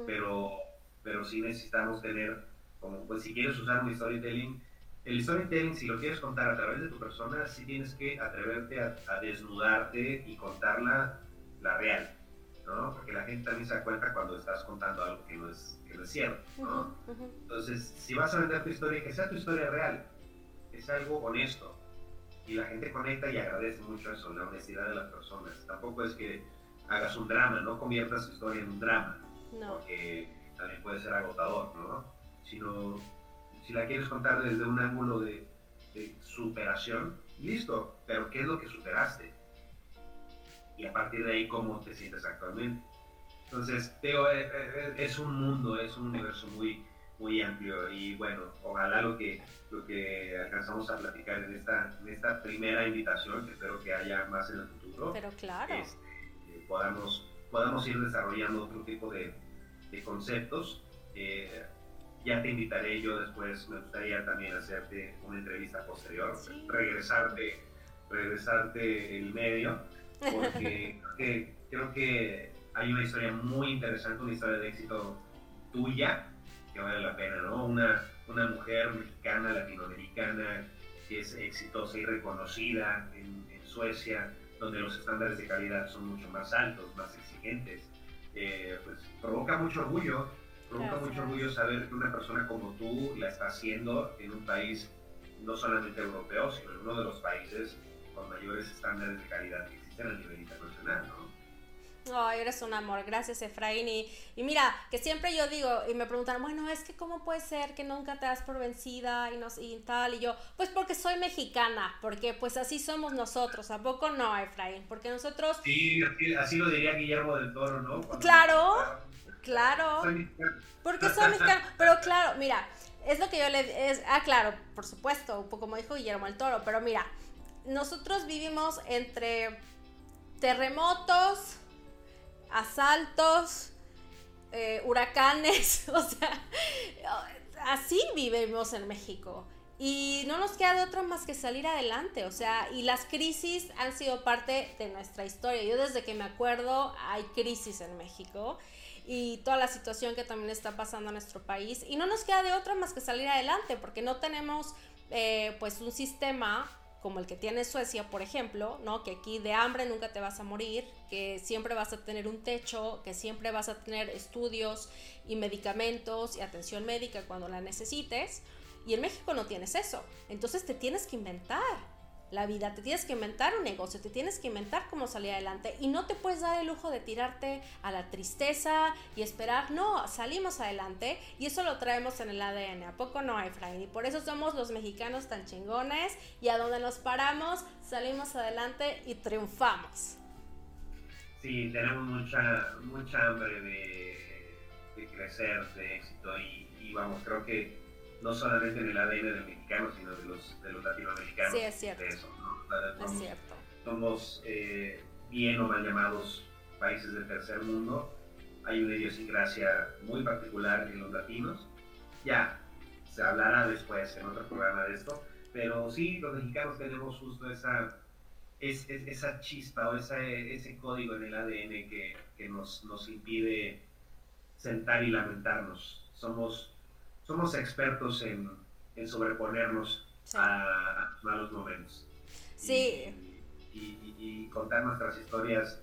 Pero sí necesitamos tener, como pues si quieres usar un storytelling, el storytelling, si lo quieres contar a través de tu persona, sí tienes que atreverte a desnudarte y contarla la real, ¿no? Porque la gente también se da cuenta cuando estás contando algo que no es cierto, ¿no? Entonces, si vas a vender tu historia, que sea tu historia real, es algo honesto. Y la gente conecta y agradece mucho eso, la honestidad de las personas. Tampoco es que hagas un drama, no conviertas tu historia en un drama, porque también puede ser agotador, ¿no? Sino, si la quieres contar desde un ángulo de superación, listo, pero ¿qué es lo que superaste? Y a partir de ahí, ¿cómo te sientes actualmente? Entonces, Teo, es un mundo, es un universo muy, muy amplio y bueno, ojalá lo que alcanzamos a platicar en esta primera invitación, que espero que haya más en el futuro, pero claro, podamos ir desarrollando otro tipo de conceptos. Ya te invitaré yo después, me gustaría también hacerte una entrevista posterior, sí. regresarte el medio, porque creo que hay una historia muy interesante, una historia de éxito tuya, que vale la pena, ¿no? Una mujer mexicana, latinoamericana, que es exitosa y reconocida en Suecia, donde los estándares de calidad son mucho más altos, más exigentes. Pues provoca mucho orgullo saber que una persona como tú la está haciendo en un país no solamente europeo, sino en uno de los países con mayores estándares de calidad que existen a nivel internacional, ¿no? Ay, eres un amor, gracias Efraín. Y mira, que siempre yo digo, y me preguntan, bueno, es que cómo puede ser que nunca te das por vencida y tal, y yo, pues porque soy mexicana, porque pues así somos nosotros, ¿a poco no, Efraín? Porque nosotros... Sí, así lo diría Guillermo del Toro, ¿no? Claro, porque soy mexicana, pero claro, mira, es lo que yo claro, por supuesto, como dijo Guillermo del Toro, pero mira, nosotros vivimos entre terremotos, asaltos, huracanes, o sea, así vivimos en México y no nos queda de otra más que salir adelante, o sea, y las crisis han sido parte de nuestra historia. Yo desde que me acuerdo hay crisis en México y toda la situación que también está pasando en nuestro país y no nos queda de otra más que salir adelante porque no tenemos pues un sistema como el que tiene Suecia, por ejemplo, ¿no? Que aquí de hambre nunca te vas a morir, que siempre vas a tener un techo, que siempre vas a tener estudios y medicamentos y atención médica cuando la necesites. Y en México no tienes eso. Entonces te tienes que inventar la vida, te tienes que inventar un negocio, te tienes que inventar cómo salir adelante y no te puedes dar el lujo de tirarte a la tristeza y esperar. No, salimos adelante y eso lo traemos en el ADN, ¿a poco no, Efraín? Y por eso somos los mexicanos tan chingones y a donde nos paramos salimos adelante y triunfamos. Sí, tenemos mucha hambre de crecer, de éxito y vamos, creo que no solamente en el ADN del mexicano, sino de los latinoamericanos. Sí, es cierto. De eso, ¿no? Es cierto. Somos bien o mal llamados países del tercer mundo. Hay una idiosincrasia muy particular en los latinos. Ya, se hablará después en otro programa de esto, pero sí, los mexicanos tenemos justo esa chispa o ese código en el ADN que nos impide sentar y lamentarnos. Somos expertos en sobreponernos a malos momentos. Sí. Y contar nuestras historias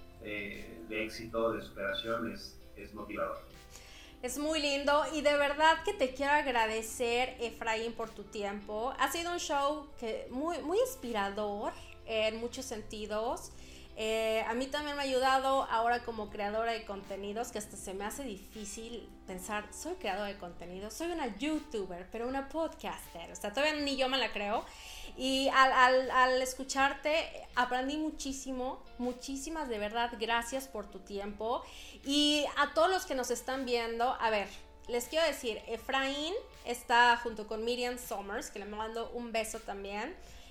de éxito, de superación es motivador. Es muy lindo y de verdad que te quiero agradecer, Efraín, por tu tiempo. Ha sido un show muy, muy inspirador en muchos sentidos. A mí también me ha ayudado ahora como creadora de contenidos, que hasta se me hace difícil pensar, soy creadora de contenidos, soy una youtuber, pero una podcaster, o sea, todavía ni yo me la creo. Y al escucharte aprendí muchísimo, muchísimas de verdad, gracias por tu tiempo. Y a todos los que nos están viendo, a ver, les quiero decir, Efraín está junto con Miriam Somers, que le mando un beso también.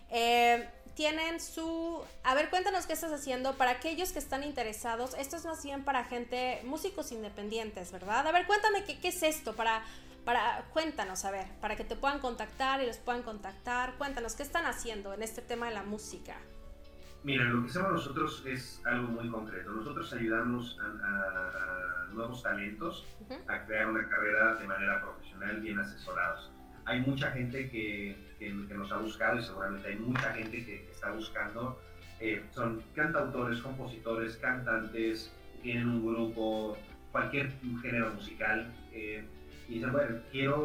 Tienen a ver, cuéntanos qué estás haciendo para aquellos que están interesados. Esto es más bien para gente, músicos independientes, ¿verdad? A ver, cuéntame qué es esto, cuéntanos, a ver, para que te puedan contactar y los puedan contactar. Cuéntanos, ¿qué están haciendo en este tema de la música? Mira, lo que hacemos nosotros es algo muy concreto. Nosotros ayudamos a nuevos talentos a crear una carrera de manera profesional, bien asesorados. Hay mucha gente que nos ha buscado y seguramente hay mucha gente que está buscando. Son cantautores, compositores, cantantes, tienen un grupo, cualquier género musical. Y dicen, bueno,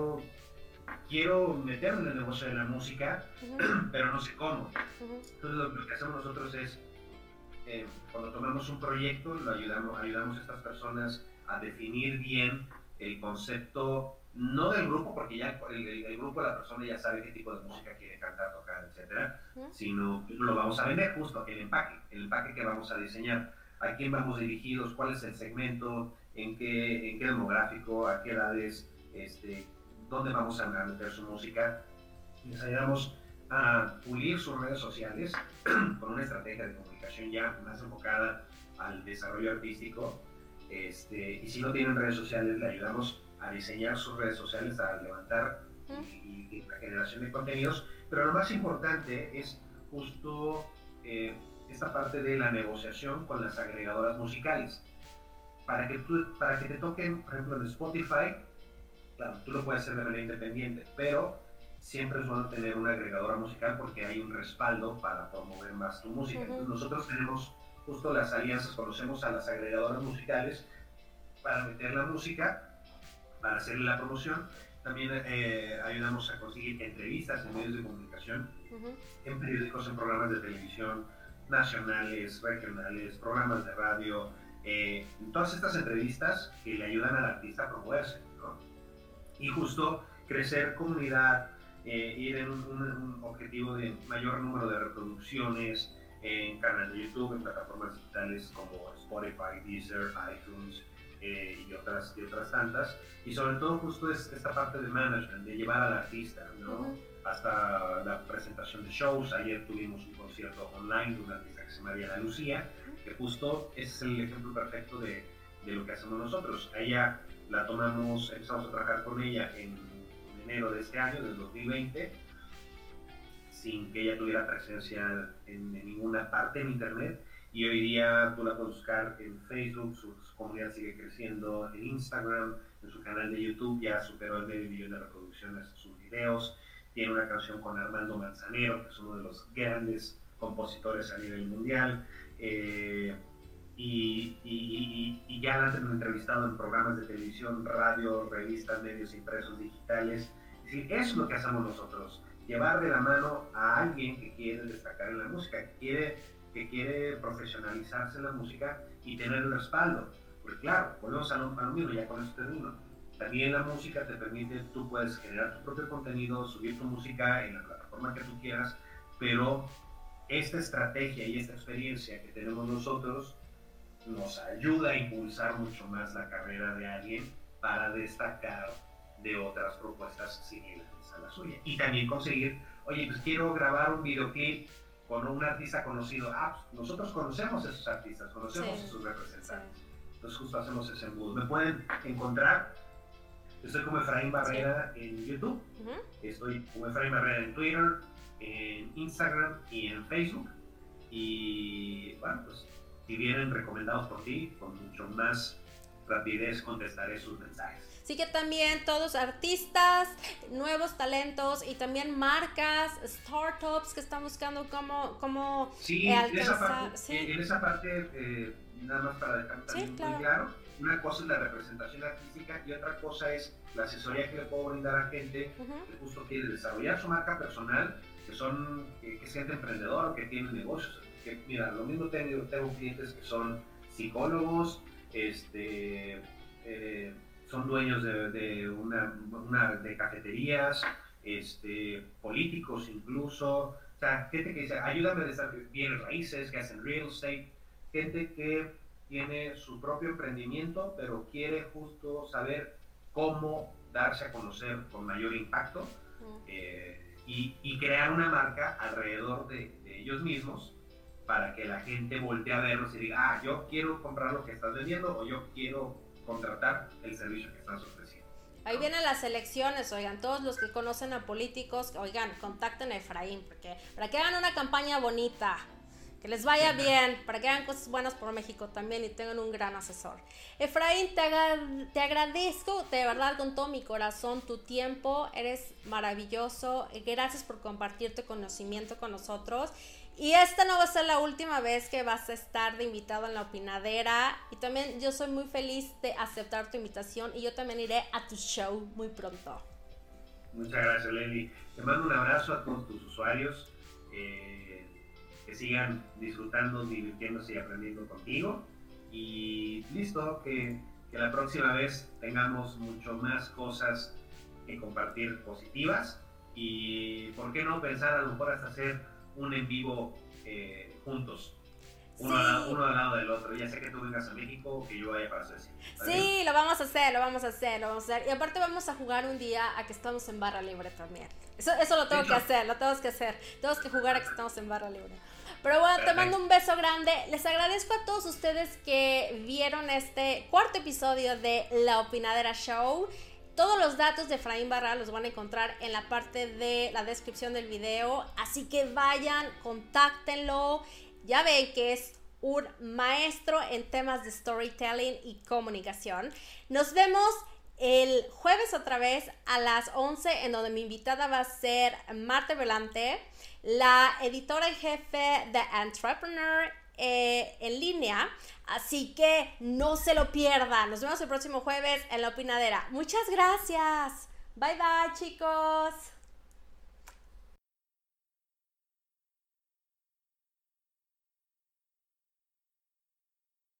quiero meterme en el negocio de la música, pero no sé cómo. Entonces lo que hacemos nosotros es, cuando tomamos un proyecto, ayudamos a estas personas a definir bien el concepto, no del grupo, porque ya el grupo, la persona ya sabe qué tipo de música quiere cantar, tocar, etcétera, sino lo vamos a vender justo, el empaque que vamos a diseñar, a quién vamos dirigidos, cuál es el segmento, en qué demográfico, a qué edades, dónde vamos a meter su música. Les ayudamos a pulir sus redes sociales con una estrategia de comunicación ya más enfocada al desarrollo artístico. Y si no tienen redes sociales, le ayudamos a diseñar sus redes sociales, a levantar y la generación de contenidos. Pero lo más importante es justo esta parte de la negociación con las agregadoras musicales. Para que te toquen, por ejemplo, en Spotify, claro, tú lo puedes hacer de manera independiente, pero siempre es bueno tener una agregadora musical porque hay un respaldo para promover más tu música. Entonces nosotros tenemos justo las alianzas, conocemos a las agregadoras musicales para meter la música, para hacerle la promoción. También ayudamos a conseguir entrevistas en medios de comunicación, en periódicos, en programas de televisión nacionales, regionales, programas de radio, todas estas entrevistas que le ayudan al artista a promoverse, ¿no? Y justo crecer comunidad, ir en un objetivo de mayor número de reproducciones en canales de YouTube, en plataformas digitales como Spotify, Deezer, iTunes y otras tantas. Y sobre todo justo es esta parte de management, de llevar al artista, ¿no? Hasta la presentación de shows. Ayer tuvimos un concierto online de una artista que se llama Diana Lucía, que justo es el ejemplo perfecto de lo que hacemos nosotros. A ella la tomamos, empezamos a trabajar con ella en enero de este año, del 2020, sin que ella tuviera presencia en ninguna parte en internet, y hoy día tú la puedes buscar en Facebook, su comunidad sigue creciendo, en Instagram, en su canal de YouTube ya superó el 500,000 de reproducciones de sus videos, tiene una canción con Armando Manzanero, que es uno de los grandes compositores a nivel mundial, y ya la han entrevistado en programas de televisión, radio, revistas, medios impresos, digitales. Es decir, eso es lo que hacemos nosotros, llevar de la mano a alguien que quiere destacar en la música, que quiere profesionalizarse en la música y tener el respaldo. Porque claro, volvemos a lo mismo, ya con eso termino. También la música te permite, tú puedes generar tu propio contenido, subir tu música en la plataforma que tú quieras, pero esta estrategia y esta experiencia que tenemos nosotros nos ayuda a impulsar mucho más la carrera de alguien para destacar de otras propuestas similares a la suya. Y también conseguir, oye, pues quiero grabar un videoclip con un artista conocido. Pues nosotros conocemos a esos artistas, conocemos a sus representantes. Entonces justo hacemos ese embudo. Me pueden encontrar, estoy como Efraín Barrera en YouTube, estoy como Efraín Barrera en Twitter, en Instagram y en Facebook. Y bueno, pues si vienen recomendados por ti, con mucho más rapidez contestaré sus mensajes. Así que también todos artistas, nuevos talentos y también marcas, startups que están buscando cómo alcanzar. En esa parte, nada más para dejar también muy claro, una cosa es la representación artística y otra cosa es la asesoría que le puedo brindar a gente que justo quiere desarrollar su marca personal, que es gente emprendedora o que tiene negocios. Que, mira, lo mismo tengo clientes que son psicólogos, son dueños de cafeterías, políticos incluso, o sea, gente que dice, ayúdame a desarrollar bienes raíces, que hacen real estate, gente que tiene su propio emprendimiento, pero quiere justo saber cómo darse a conocer con mayor impacto y crear una marca alrededor de ellos mismos, para que la gente voltee a verlos y diga, yo quiero comprar lo que estás vendiendo o yo quiero contratar el servicio que estás ofreciendo. Ahí vienen las elecciones, oigan, todos los que conocen a políticos, oigan, contacten a Efraín, para que hagan una campaña bonita Que les vaya bien, para que hagan cosas buenas por México también y tengan un gran asesor. Efraín, te agradezco de verdad con todo mi corazón tu tiempo, eres maravilloso, gracias por compartir tu conocimiento con nosotros. Y esta no va a ser la última vez que vas a estar de invitado en La Opinadera. Y también yo soy muy feliz de aceptar tu invitación y yo también iré a tu show muy pronto. Muchas gracias, Lenny. Te mando un abrazo a todos tus usuarios. Que sigan disfrutando, divirtiéndose y aprendiendo contigo. Y listo, que la próxima vez tengamos mucho más cosas que compartir positivas. Y por qué no pensar a lo mejor hasta hacer un en vivo juntos. Uno al lado del otro. Ya sé que tú vengas a México o que yo vaya para Suecia. Sí, lo vamos a hacer. Y aparte vamos a jugar un día a que estamos en barra libre también. Eso lo tengo que hacer, Tenemos que jugar a que estamos en barra libre. Pero bueno, perfecto. Te mando un beso grande. Les agradezco a todos ustedes que vieron este cuarto episodio de La Opinadera Show. Todos los datos de Efraín Barral los van a encontrar en la parte de la descripción del video. Así que vayan, contáctenlo. Ya ven que es un maestro en temas de storytelling y comunicación. Nos vemos el jueves otra vez a las 11, en donde mi invitada va a ser Marta Velante, la editora en jefe de Entrepreneur en línea. Así que no se lo pierdan. Nos vemos el próximo jueves en La Opinadera. Muchas gracias. Bye bye, chicos.